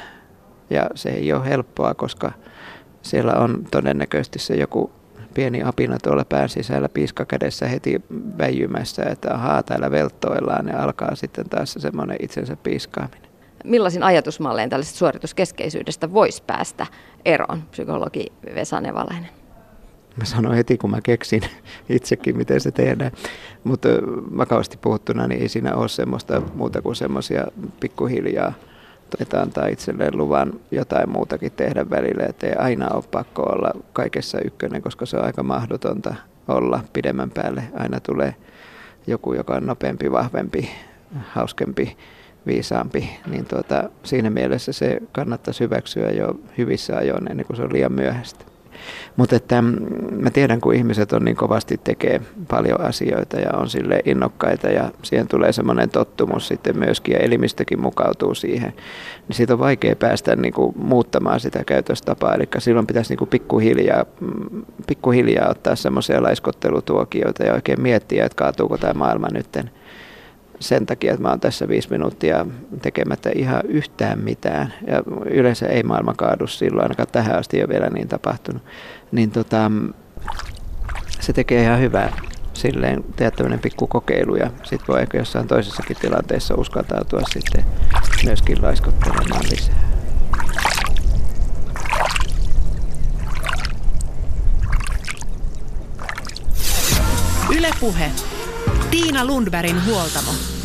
Ja se ei ole helppoa, koska siellä on todennäköisesti se joku pieni apina tuolla pään sisällä piiska kädessä heti väijymässä, että ahaa, täällä velttoillaan ja alkaa sitten taas semmoinen itsensä piiskaaminen. Millaisin ajatusmallein tällaisesta suorituskeskeisyydestä voisi päästä eroon, psykologi Vesa Nevalainen? Mä sanoin heti, kun mä keksin itsekin, miten se tehdään. Mutta vakavasti puhuttuna, niin ei siinä ole semmoista muuta kuin semmoisia pikkuhiljaa, että antaa itselleen luvan jotain muutakin tehdä välillä. Että ei aina ole pakko olla kaikessa ykkönen, koska se on aika mahdotonta olla pidemmän päälle. Aina tulee joku, joka on nopeampi, vahvempi, hauskempi, viisaampi, niin siinä mielessä se kannattaisi hyväksyä jo hyvissä ajoin ennen kuin se on liian myöhäistä. Mutta että mä tiedän, kun ihmiset on niin kovasti tekee paljon asioita ja on sille innokkaita ja siihen tulee semmoinen tottumus sitten myöskin ja elimistökin mukautuu siihen, niin siitä on vaikea päästä niin kuin muuttamaan sitä käytöstapaa. Eli silloin pitäisi niin kuin pikkuhiljaa ottaa semmoisia laiskottelutuokioita ja oikein miettiä, että kaatuuko tämä maailma nytten sen takia, että mä oon tässä 5 minuuttia tekemättä ihan yhtään mitään. Ja yleensä ei maailma kaadu silloin, ainakaan tähän asti ei ole vielä niin tapahtunut. Niin se tekee ihan hyvää silleen, tehdä tämmöinen pikku kokeilu ja sit voi ehkä jossain toisessakin tilanteessa uskaltautua sitten myöskin laiskottelemaan lisää. Yle Puhe. Tiina Lundbergin huoltamo.